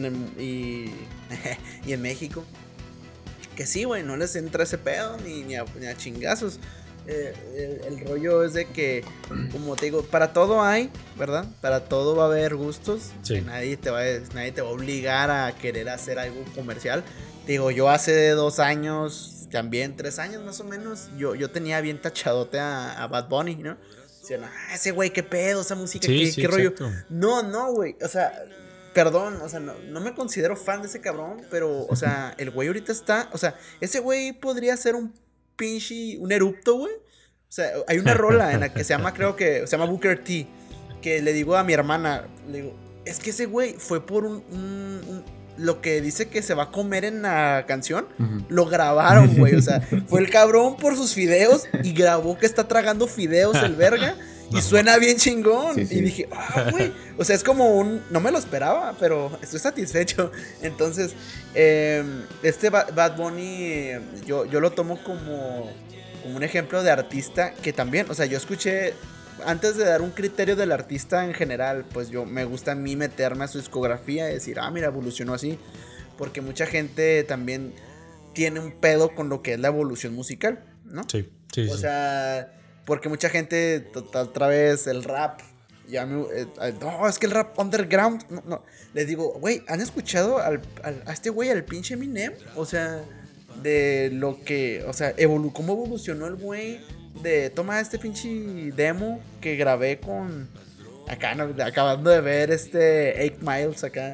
en México que sí, güey, no les entra ese pedo ni a chingazos. El rollo es de que, como te digo, para todo hay, ¿verdad? Para todo va a haber gustos. Sí. Que nadie te va a obligar a querer hacer algo comercial. Te digo, yo hace 2 años, también 3 años más o menos, yo tenía bien tachadote a Bad Bunny, ¿no? Decían, ese güey, qué pedo, esa música, qué rollo. No, güey, o sea, perdón, o sea, no me considero fan de ese cabrón, pero, o sea, el güey ahorita está, o sea, ese güey podría ser un erupto, güey. O sea, hay una rola en la que se llama, creo que se llama Booker T, que le digo a mi hermana, le digo, es que ese güey fue por lo que dice que se va a comer en la canción, lo grabaron, güey. O sea, fue el cabrón por sus fideos y grabó que está tragando fideos el verga. Y suena bien chingón. Sí. Y dije, güey. O sea, es como no me lo esperaba, pero estoy satisfecho. Entonces, Bad Bunny, yo lo tomo como un ejemplo de artista que también, o sea, yo escuché, antes de dar un criterio del artista en general, pues me gusta a mí meterme a su discografía y decir, mira, evolucionó así. Porque mucha gente también tiene un pedo con lo que es la evolución musical, ¿no? Sí. O sea, porque mucha gente, otra vez, el rap, no, es que el rap underground, no. Les digo, güey, ¿han escuchado a este güey, al pinche Eminem? O sea, de lo que, o sea, cómo evolucionó el güey. Toma este pinche demo que grabé con acá, acabando de ver 8 Miles acá.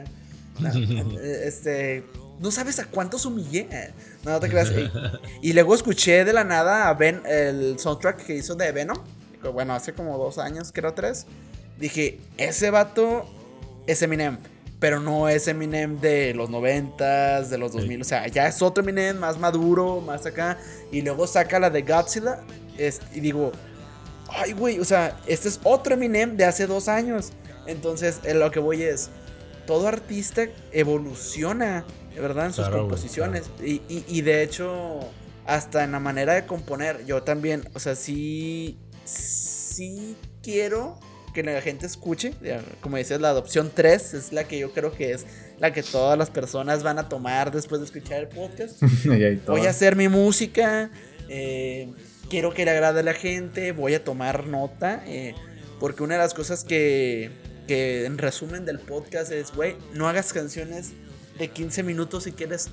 No sabes a cuántos humillé. No te creas. Y luego escuché de la nada el soundtrack que hizo de Venom. Bueno, hace como 2 años, creo 3. Dije, ese vato es Eminem. Pero no es Eminem de los 90s, de los 2000. O sea, ya es otro Eminem más maduro, más acá. Y luego saca la de Godzilla. Y digo, ay, güey, o sea, este es otro Eminem de hace 2 años. Entonces, lo que voy es, todo artista evoluciona, ¿verdad? En sus composiciones. Claro. Y de hecho, hasta en la manera de componer, yo también, o sea, sí quiero que la gente escuche. Como decías, la adopción 3 es la que yo creo que es la que todas las personas van a tomar después de escuchar el podcast. Voy a hacer mi música, quiero que le agrade a la gente, voy a tomar nota, porque una de las cosas que en resumen del podcast es, güey, no hagas canciones de 15 minutos si quieres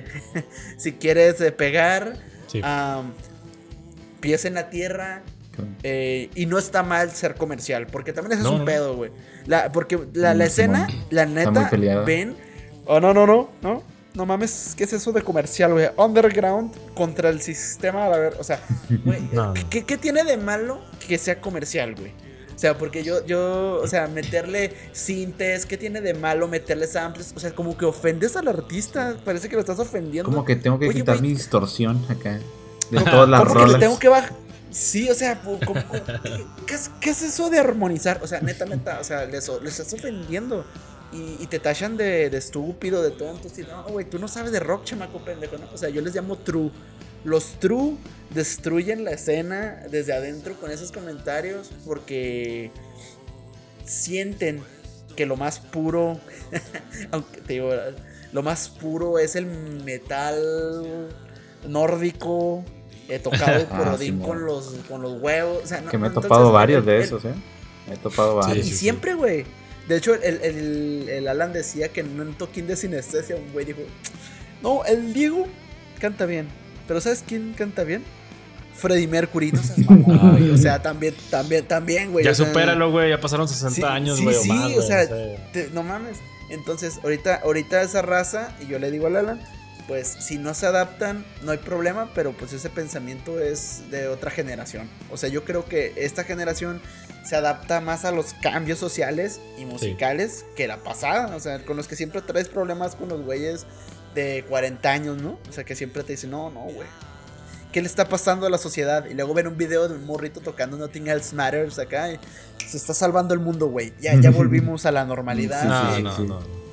pegar. Sí. Pies en la tierra. Y no está mal ser comercial, porque también ese es un pedo, güey. Porque la escena, la neta, ven. No mames, ¿qué es eso de comercial, güey? Underground contra el sistema, a ver, o sea, güey, ¿qué tiene de malo que sea comercial, güey? O sea, porque yo, o sea, meterle sintes, ¿qué tiene de malo meterle samples? O sea, como que ofendes al artista, parece que lo estás ofendiendo. Como que tengo que quitar mi distorsión acá de todas las rolas. Que le tengo que bajar. Sí, o sea, ¿qué es eso de armonizar? O sea, neta, o sea, les estás ofendiendo. Y te tachan de estúpido, de tonto. No, güey, tú no sabes de rock, chamaco pendejo, ¿no? O sea, yo les llamo true. Los true destruyen la escena desde adentro con esos comentarios porque sienten que lo más puro, aunque te digo, lo más puro es el metal nórdico. Tocado por Odín con los huevos. O sea, que me he topado varios de esos, Me he topado varios. Y siempre, güey. De hecho, el Alan decía que en un toquín de sinestesia, un güey dijo: no, el Diego canta bien. Pero ¿sabes quién canta bien? Freddie Mercury. No seas mamón, güey. O sea, también, güey. Ya supéralo, güey. Ya pasaron 60 años, güey. Sí, o sea, no mames. Entonces, ahorita esa raza, y yo le digo al Alan, pues si no se adaptan, no hay problema, pero pues ese pensamiento es de otra generación. O sea, yo creo que esta generación se adapta más a los cambios sociales y musicales que la pasada. O sea, con los que siempre traes problemas con los güeyes de 40 años, ¿no? O sea, que siempre te dicen, no, güey, ¿qué le está pasando a la sociedad? Y luego ven un video de un morrito tocando Nothing Else Matters acá y se está salvando el mundo, güey. Ya volvimos a la normalidad. No.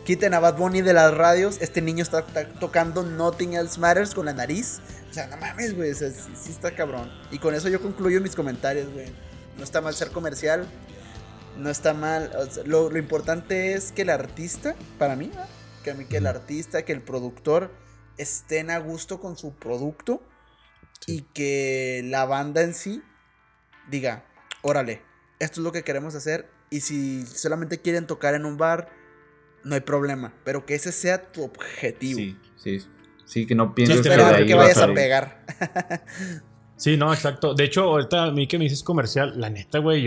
quiten a Bad Bunny de las radios. Este niño está tocando Nothing Else Matters con la nariz. O sea, no mames, güey. O sea, sí está cabrón. Y con eso yo concluyo mis comentarios, güey. No está mal ser comercial. No está mal. O sea, lo importante es que el artista, para mí, ¿no? Que el artista, que el productor estén a gusto con su producto. Sí. Y que la banda en sí diga, órale, esto es lo que queremos hacer. Y si solamente quieren tocar en un bar, no hay problema. Pero que ese sea tu objetivo. Sí, que no pienses que vayas a pegar. Sí, no, exacto. De hecho, ahorita a mí que me dices comercial, la neta, güey,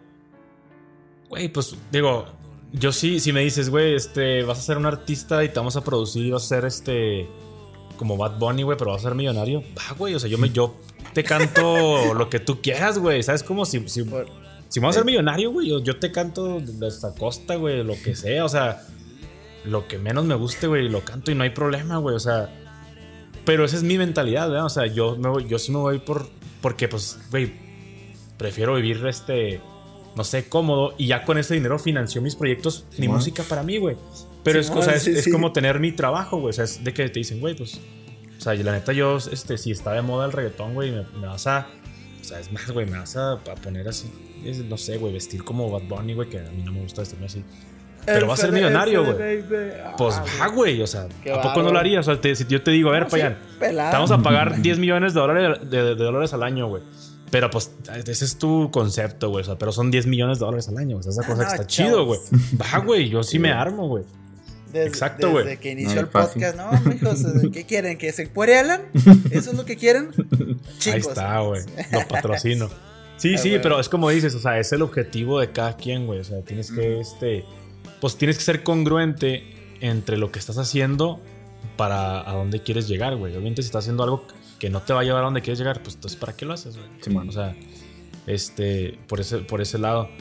pues digo, yo sí, si me dices, güey, vas a ser un artista y te vamos a producir y vas a ser como Bad Bunny, güey, pero vas a ser millonario. Va, güey, o sea, yo te canto lo que tú quieras, güey, ¿sabes? Como si vamos a ser millonario, güey, yo te canto de esta costa, güey, lo que sea, o sea, lo que menos me guste, güey, lo canto y no hay problema, güey, o sea, pero esa es mi mentalidad, ¿verdad? O sea, yo sí me voy porque, pues, güey, prefiero vivir, no sé, cómodo, y ya con ese dinero financió mis proyectos, mi música para mí, güey. Pero es como tener mi trabajo, güey, o sea, es de que te dicen, güey, pues, o sea, la neta yo, si está de moda el reggaetón, güey, me vas a, o sea, es más, güey, me vas a poner así, no sé, güey, vestir como Bad Bunny, güey, que a mí no me gusta vestirme así. Pero va a ser millonario, güey. Pues va, güey, o sea, ¿a poco no lo harías? O sea, si yo te digo, a ver, Payán, te vamos a pagar $10 millones de dólares al año, güey. Pero pues ese es tu concepto, güey. O sea, pero son $10 millones al año, güey. Esa cosa que está chido, güey. Va, güey, yo sí me armo, güey. Exacto, güey. Desde que inició el podcast, ¿no, hijos? ¿Qué quieren? ¿Que se encuere Alan? ¿Eso es lo que quieren? Chicos. Ahí está, güey. Lo patrocino. Sí, pero es como dices, o sea, es el objetivo de cada quien, güey. O sea, tienes que, pues tienes que ser congruente entre lo que estás haciendo para a dónde quieres llegar, güey. Obviamente si estás haciendo algo que no te va a llevar a donde quieres llegar, pues entonces ¿para qué lo haces, güey? Sí, man. O sea, por ese lado.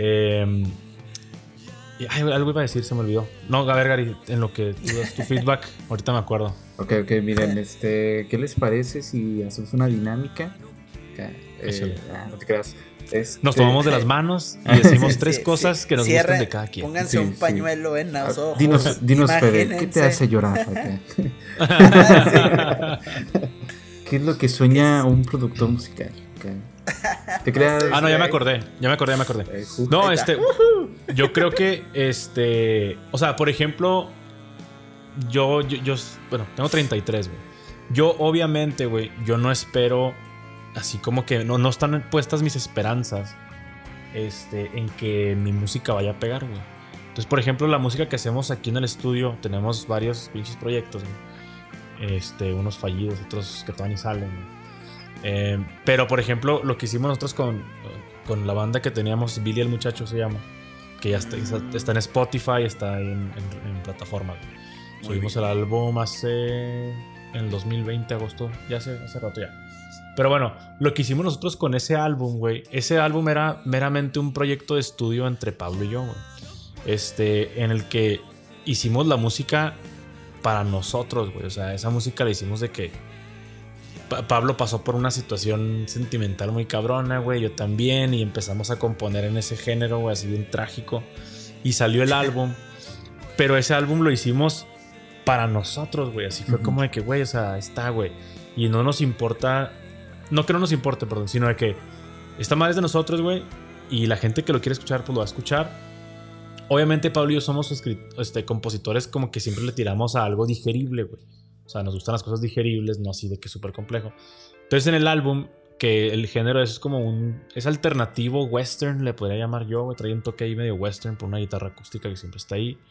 Algo iba a decir, se me olvidó. No, a ver, Gary, en lo que tú das tu feedback, ahorita me acuerdo. Ok, miren, ¿qué les parece si hacemos una dinámica? No te creas. Nos tomamos de las manos y decimos tres cosas que nos gustan de cada quien. Pónganse un pañuelo en los ojos. Dinos, Fede, ¿qué te hace llorar? ¿Qué es lo que sueña un productor musical? ¿Te creas? No, ya me acordé. No, yo creo que, o sea, por ejemplo, yo bueno, tengo 33, güey. Yo, obviamente, güey, yo no espero, así como que no están puestas mis esperanzas, en que mi música vaya a pegar, güey. Entonces, por ejemplo, la música que hacemos aquí en el estudio, tenemos varios pinches proyectos, güey. Unos fallidos, otros que todavía ni salen, güey. Pero, por ejemplo, lo que hicimos nosotros con la banda que teníamos, Billy el Muchacho se llama, que ya está en Spotify, está ahí en plataformas. Subimos el álbum en el 2020, agosto, ya hace rato ya. Pero bueno, lo que hicimos nosotros con ese álbum, güey, ese álbum era meramente un proyecto de estudio entre Pablo y yo, güey. En el que hicimos la música para nosotros, güey. O sea, esa música la hicimos de que Pablo pasó por una situación sentimental muy cabrona, güey. Yo también. Y empezamos a componer en ese género, güey, así bien trágico. Y salió el álbum. Pero ese álbum lo hicimos para nosotros, güey. Así fue como de que, güey, o sea, está, güey. Y no nos importa. No que no nos importe, perdón. Sino de que esta madre es de nosotros, güey. Y la gente que lo quiere escuchar, pues lo va a escuchar. Obviamente Pablo y yo somos compositores como que siempre le tiramos a algo digerible, güey. O sea, nos gustan las cosas digeribles, no así de que es súper complejo. Entonces en el álbum, que el género es como es alternativo western, le podría llamar yo, güey. Trae un toque ahí medio western por una guitarra acústica que siempre está ahí.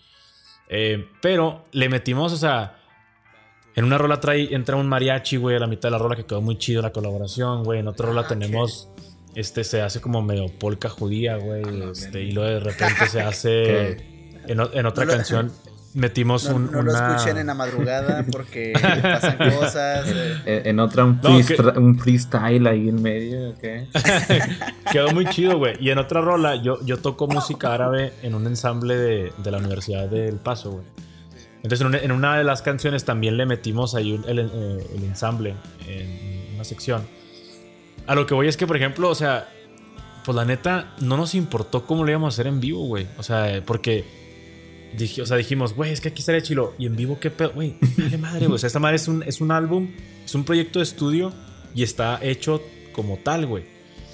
Pero le metimos, o sea, en una rola entra un mariachi, güey, a la mitad de la rola, que quedó muy chido la colaboración, güey. En otra rola tenemos... se hace como medio polka judía, güey. Y luego de repente se hace... En otra canción metimos no lo escuchen en la madrugada porque pasan cosas. En otra un freestyle ahí en medio, ¿ok? Quedó muy chido, güey. Y en otra rola yo toco música árabe en un ensamble de la Universidad del Paso, güey. Entonces en una de las canciones también le metimos ahí el ensamble en una sección. A lo que voy es que, por ejemplo, o sea, pues la neta no nos importó cómo lo íbamos a hacer en vivo, güey. O sea, porque dijimos, güey, es que aquí estaría chilo. Y en vivo, qué pedo, güey, dale madre, güey. O sea, esta madre es un álbum, es un proyecto de estudio y está hecho como tal, güey.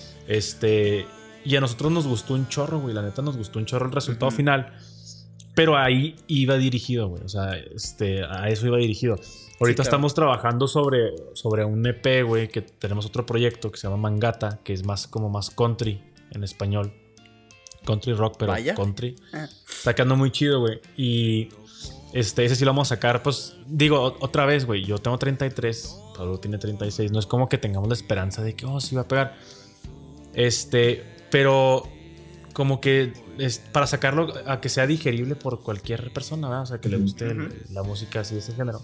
Y a nosotros nos gustó un chorro, güey. La neta nos gustó un chorro el resultado final. Pero ahí iba dirigido, güey. O sea, a eso iba dirigido. Ahorita estamos trabajando sobre un EP, güey, que tenemos otro proyecto que se llama Mangata, que es más como más country en español. Country rock, pero country. Está quedando muy chido, güey. Y ese sí lo vamos a sacar, pues, digo, otra vez, güey. Yo tengo 33, Pablo tiene 36. No es como que tengamos la esperanza de que, sí va a pegar. Pero como que para sacarlo a que sea digerible por cualquier persona, ¿verdad? O sea, que le guste la música así de ese género.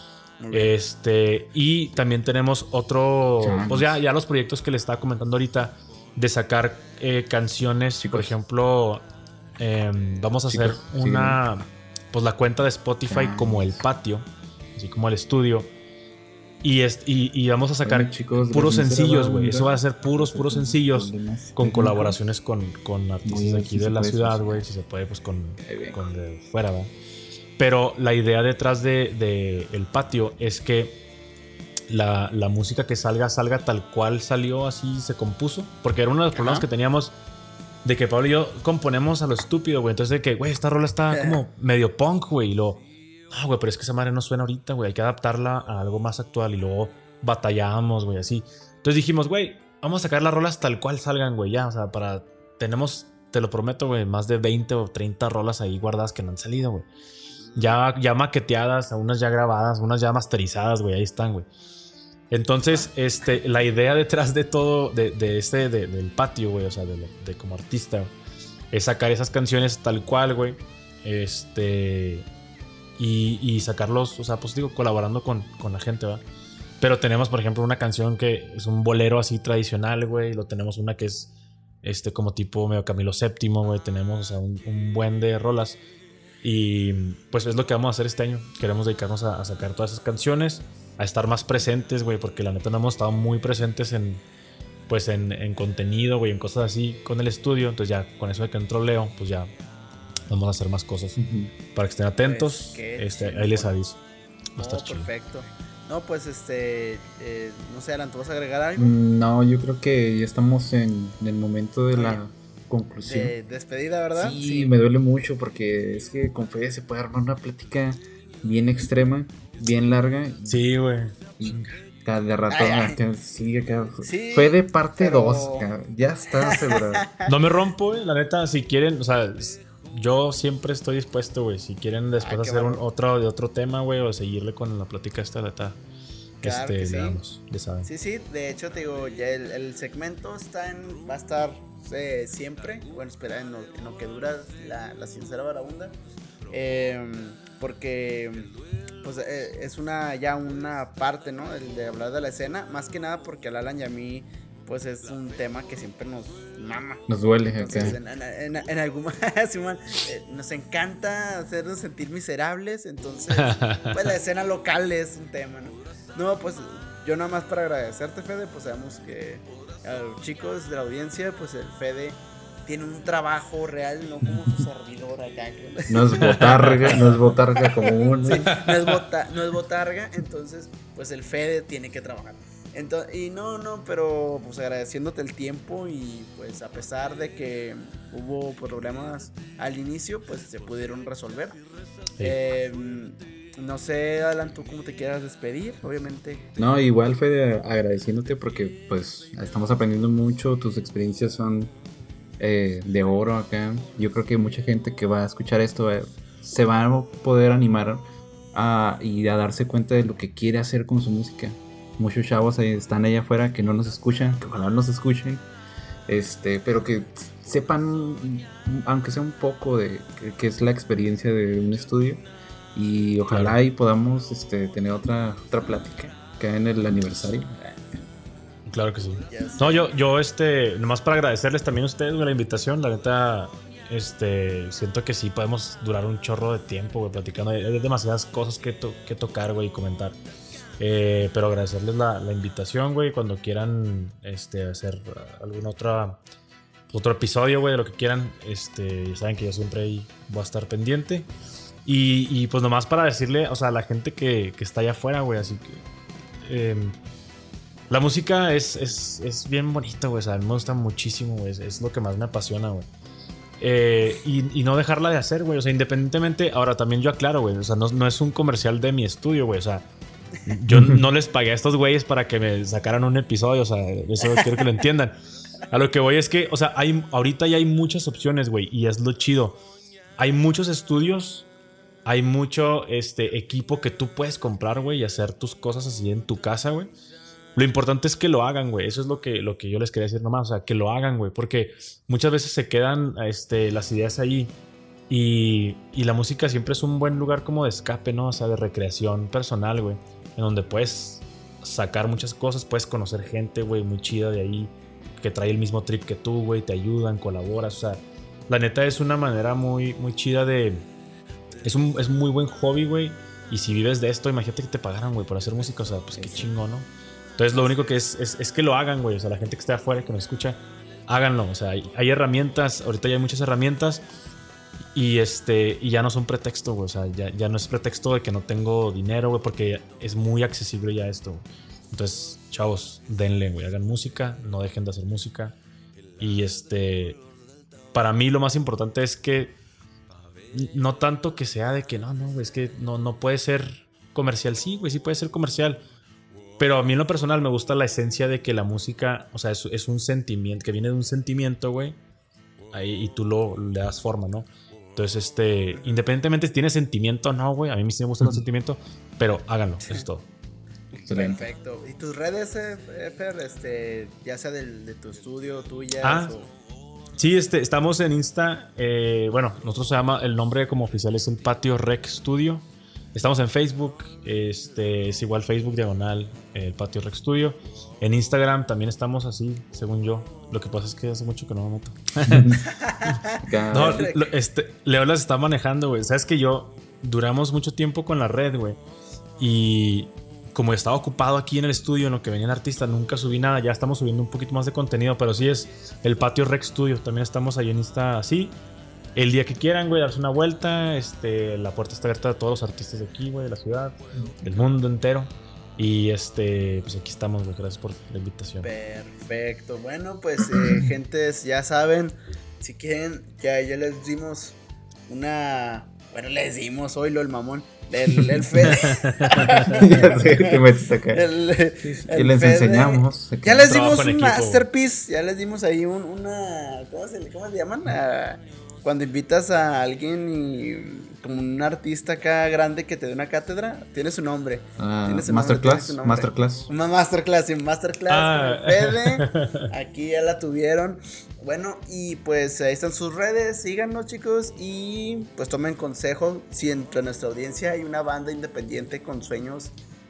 Y también tenemos otro, pues ya los proyectos que le estaba comentando ahorita, de sacar canciones, por ejemplo, vamos a hacer pues la cuenta de Spotify como El Patio, así como el estudio. Y vamos a sacar puros sencillos, güey. Eso va a ser puros sencillos con colaboraciones con artistas de aquí de la ciudad, güey. Si se puede, pues con de fuera, ¿verdad? Pero la idea detrás de El Patio es que la música que salga tal cual salió, así se compuso. Porque era uno de los problemas que teníamos, de que Pablo y yo componemos a lo estúpido, güey. Entonces de que, güey, esta rola está como medio punk, güey. Y güey, pero es que esa madre no suena ahorita, güey. Hay que adaptarla a algo más actual. Y luego batallamos, güey, así. Entonces dijimos, güey, vamos a sacar las rolas tal cual salgan, güey, ya. O sea, tenemos, te lo prometo, güey, más de 20 o 30 rolas ahí guardadas que no han salido, güey. Ya maqueteadas, unas ya grabadas, unas ya masterizadas, güey. Ahí están, güey. Entonces, la idea detrás de todo, del Patio, güey, o sea, de como artista, es sacar esas canciones tal cual, güey. Y sacarlos, o sea, pues digo, colaborando con la gente, ¿verdad? Pero tenemos, por ejemplo, una canción que es un bolero así tradicional, güey. Lo tenemos una que es como tipo medio Camilo VII, güey. Tenemos, o sea, un buen de rolas. Y pues es lo que vamos a hacer este año. Queremos dedicarnos a sacar todas esas canciones, a estar más presentes, güey, porque la neta no hemos estado muy presentes en contenido, güey, en cosas así con el estudio. Entonces ya con eso de que entró Leo, pues ya vamos a hacer más cosas para que estén atentos. Pues, ahí les aviso. Va a estar chido. Perfecto. No, pues no sé, Alan, ¿tú vas a agregar algo? No, yo creo que ya estamos en el momento de la conclusión. De despedida, ¿verdad? Sí, me duele mucho porque es que con Fede se puede armar una plática bien extrema, bien larga. Sí, güey. Cada rato Fede parte 2, ya está asegurado. No me rompo, la neta, si quieren, o sea, yo siempre estoy dispuesto, güey. Si quieren después hacer otro tema, güey, o seguirle con la plática esta, la neta. Claro que sí. Ya saben. Sí, de hecho te digo, ya el segmento va a estar siempre, bueno, espera en lo que dura la sincera vagabunda, porque pues es ya una parte, ¿no? El de hablar de la escena, más que nada porque al Alan y a mí pues es un tema que siempre nos mama. Nos duele. Entonces, en algún nos encanta hacernos sentir miserables. Entonces, pues la escena local es un tema, ¿no? No, pues yo nada más para agradecerte, Fede. Pues sabemos que a los chicos de la audiencia, pues el Fede tiene un trabajo real, no como su servidor acá. No es botarga como uno. Sí, no es botarga. Entonces, pues el Fede tiene que trabajar. Entonces, y pero pues agradeciéndote el tiempo y pues a pesar de que hubo problemas al inicio, pues se pudieron resolver. Sí. No sé, Alan, tú cómo te quieras despedir, obviamente. No, igual Fede, agradeciéndote porque pues estamos aprendiendo mucho, tus experiencias son de oro acá. Yo creo que mucha gente que va a escuchar esto se va a poder animar y a darse cuenta de lo que quiere hacer con su música. Muchos chavos están allá afuera que no nos escuchan, que ojalá nos escuchen, pero que sepan, aunque sea un poco de qué es la experiencia de un estudio, y ojalá y podamos tener otra plática que en el aniversario. Claro que sí. Yes. No, yo nomás para agradecerles también a ustedes, güey, la invitación. La neta, siento que sí podemos durar un chorro de tiempo, güey, platicando. Hay demasiadas cosas que tocar, güey, y comentar. Pero agradecerles la invitación, güey. Cuando quieran hacer alguna otra otro episodio, güey, de lo que quieran. Ya saben que yo siempre ahí voy a estar pendiente. Y pues nomás para decirle, o sea, a la gente que está allá afuera, güey, así que... la música es bien bonita, güey, o sea, me gusta muchísimo, güey, es lo que más me apasiona, güey. Y no dejarla de hacer, güey, o sea, independientemente... Ahora, también yo aclaro, güey, o sea, no es un comercial de mi estudio, güey, o sea... Yo no les pagué a estos güeyes para que me sacaran un episodio, o sea, eso quiero que lo entiendan. A lo que voy es que, o sea, ahorita ya hay muchas opciones, güey, y es lo chido. Hay muchos estudios, hay mucho equipo que tú puedes comprar, güey, y hacer tus cosas así en tu casa, güey. Lo importante es que lo hagan, güey. Eso es lo que yo les quería decir nomás, o sea, que lo hagan, güey, porque muchas veces se quedan las ideas ahí. Y la música siempre es un buen lugar como de escape, ¿no? O sea, de recreación personal, güey. En donde puedes sacar muchas cosas, puedes conocer gente, güey, muy chida de ahí, que trae el mismo trip que tú, güey, te ayudan, colaboras. O sea, la neta es una manera muy, muy chida de... Es muy buen hobby, güey. Y si vives de esto, imagínate que te pagaran, güey, por hacer música. O sea, pues qué chingón, ¿no? Entonces lo único que es que lo hagan, güey. O sea, la gente que esté afuera, que nos escucha, háganlo. O sea, hay herramientas, ahorita ya hay muchas herramientas. Y ya no son pretexto, güey. O sea, ya no es pretexto de que no tengo dinero, güey, porque es muy accesible ya esto, güey. Entonces, chavos, denle, güey. Hagan música, no dejen de hacer música. Y para mí lo más importante es que no tanto que sea de que no, güey, es que no puede ser comercial. Sí, güey, sí puede ser comercial. Pero a mí en lo personal me gusta la esencia de que la música, o sea, es un sentimiento, que viene de un sentimiento, güey. Ahí, y tú le das forma, ¿no? Entonces, independientemente si tiene sentimiento o no, güey, a mí sí me gusta el sentimiento, pero háganlo, eso es todo. Excelente. Perfecto. ¿Y tus redes, Fer? Ya sea de tu estudio, tuyas o... Sí, estamos en Insta. Bueno, nosotros el nombre como oficial es el Patio Rec Studio. Estamos en Facebook, es igual Facebook diagonal, el Patio Rec Studio. En Instagram también estamos así, según yo. Lo que pasa es que hace mucho que no me meto. No, Leo las está manejando, güey. Sabes que duramos mucho tiempo con la red, güey. Y como estaba ocupado aquí en el estudio, en lo que venían artistas, nunca subí nada. Ya estamos subiendo un poquito más de contenido, pero sí es el Patio Rec Studio. También estamos ahí en Insta así. El día que quieran, güey, darse una vuelta. La puerta está abierta a todos los artistas de aquí, güey, de la ciudad, del mundo entero. Y pues aquí estamos, güey. Gracias por la invitación. Perfecto. Bueno, pues gentes, ya saben, si quieren, ya les dimos una... Bueno, les dimos, oílo el mamón. El Fede. Ya sé, te metes acá. Y les Fede, enseñamos. Ya les dimos un masterpiece. Ya les dimos ahí una... ¿Cómo se llaman? Cuando invitas a alguien y como un artista acá grande que te dé una cátedra, tiene su nombre. Masterclass. Una masterclass, Fede. Aquí ya la tuvieron. Bueno, y pues ahí están sus redes, síganos, chicos, y pues tomen consejo si entre nuestra audiencia hay una banda independiente con sueños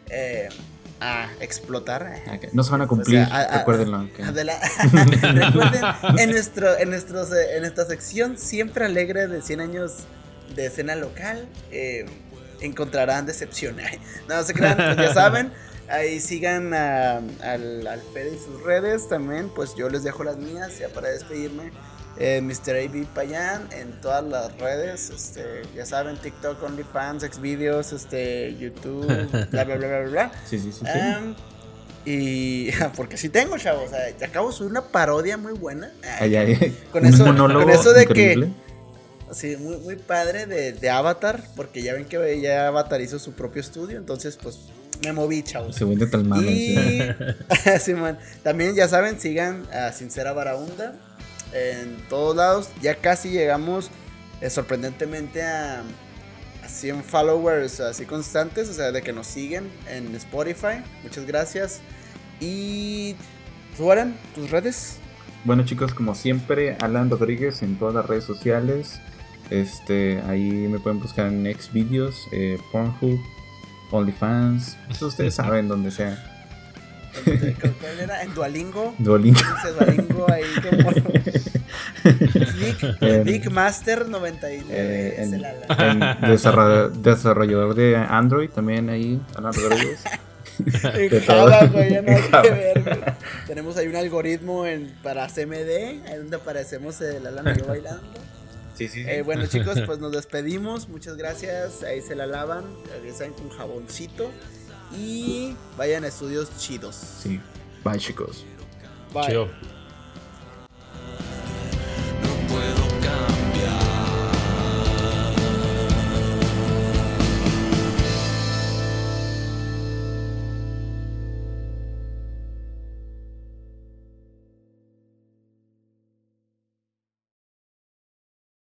a explotar. Okay. No se van a cumplir, recuérdenlo. Okay. Recuerden, en nuestra sección siempre alegre de 100 años de escena local, encontrarán decepción. No se crean, pues ya saben. Ahí sigan al Fede en sus redes también. Pues yo les dejo las mías ya para despedirme. Mr. AB Payan en todas las redes. Ya saben, TikTok, OnlyFans, Xvideos, YouTube, bla bla bla bla bla. Sí. Y porque sí tengo, chavos. O sea, acabo de subir una parodia muy buena. Con eso de increíble. Que sí, muy, muy padre de Avatar. Porque ya ven que ya Avatar hizo su propio estudio. Entonces, pues me moví, chavos. Se vende tal mame. Y sí, man. También ya saben, sigan a Sincera Barahunda en todos lados. Ya casi llegamos sorprendentemente a 100 followers así constantes. O sea, de que nos siguen en Spotify. Muchas gracias. Y Suaran, tus redes. Bueno, chicos, como siempre, Alan Rodríguez en todas las redes sociales. Ahí me pueden buscar en Xvideos, Pornhub, OnlyFans, pues ustedes saben donde sea. ¿Cuál era? ¿En Duolingo? Duolingo ahí como Big Master 99 es el Alan. Desarrollador de Android también ahí, Alan Rodríguez. En Java, güey, ya nada que ver, güey. Tenemos ahí un algoritmo para CMD, ahí donde aparecemos el Alan y yo bailando. Sí. Bueno, chicos, pues nos despedimos. Muchas gracias. Ahí se la lavan, regresan con jaboncito. Y vayan a estudios chidos. Sí. Bye, chicos. Bye. Chido. No puedo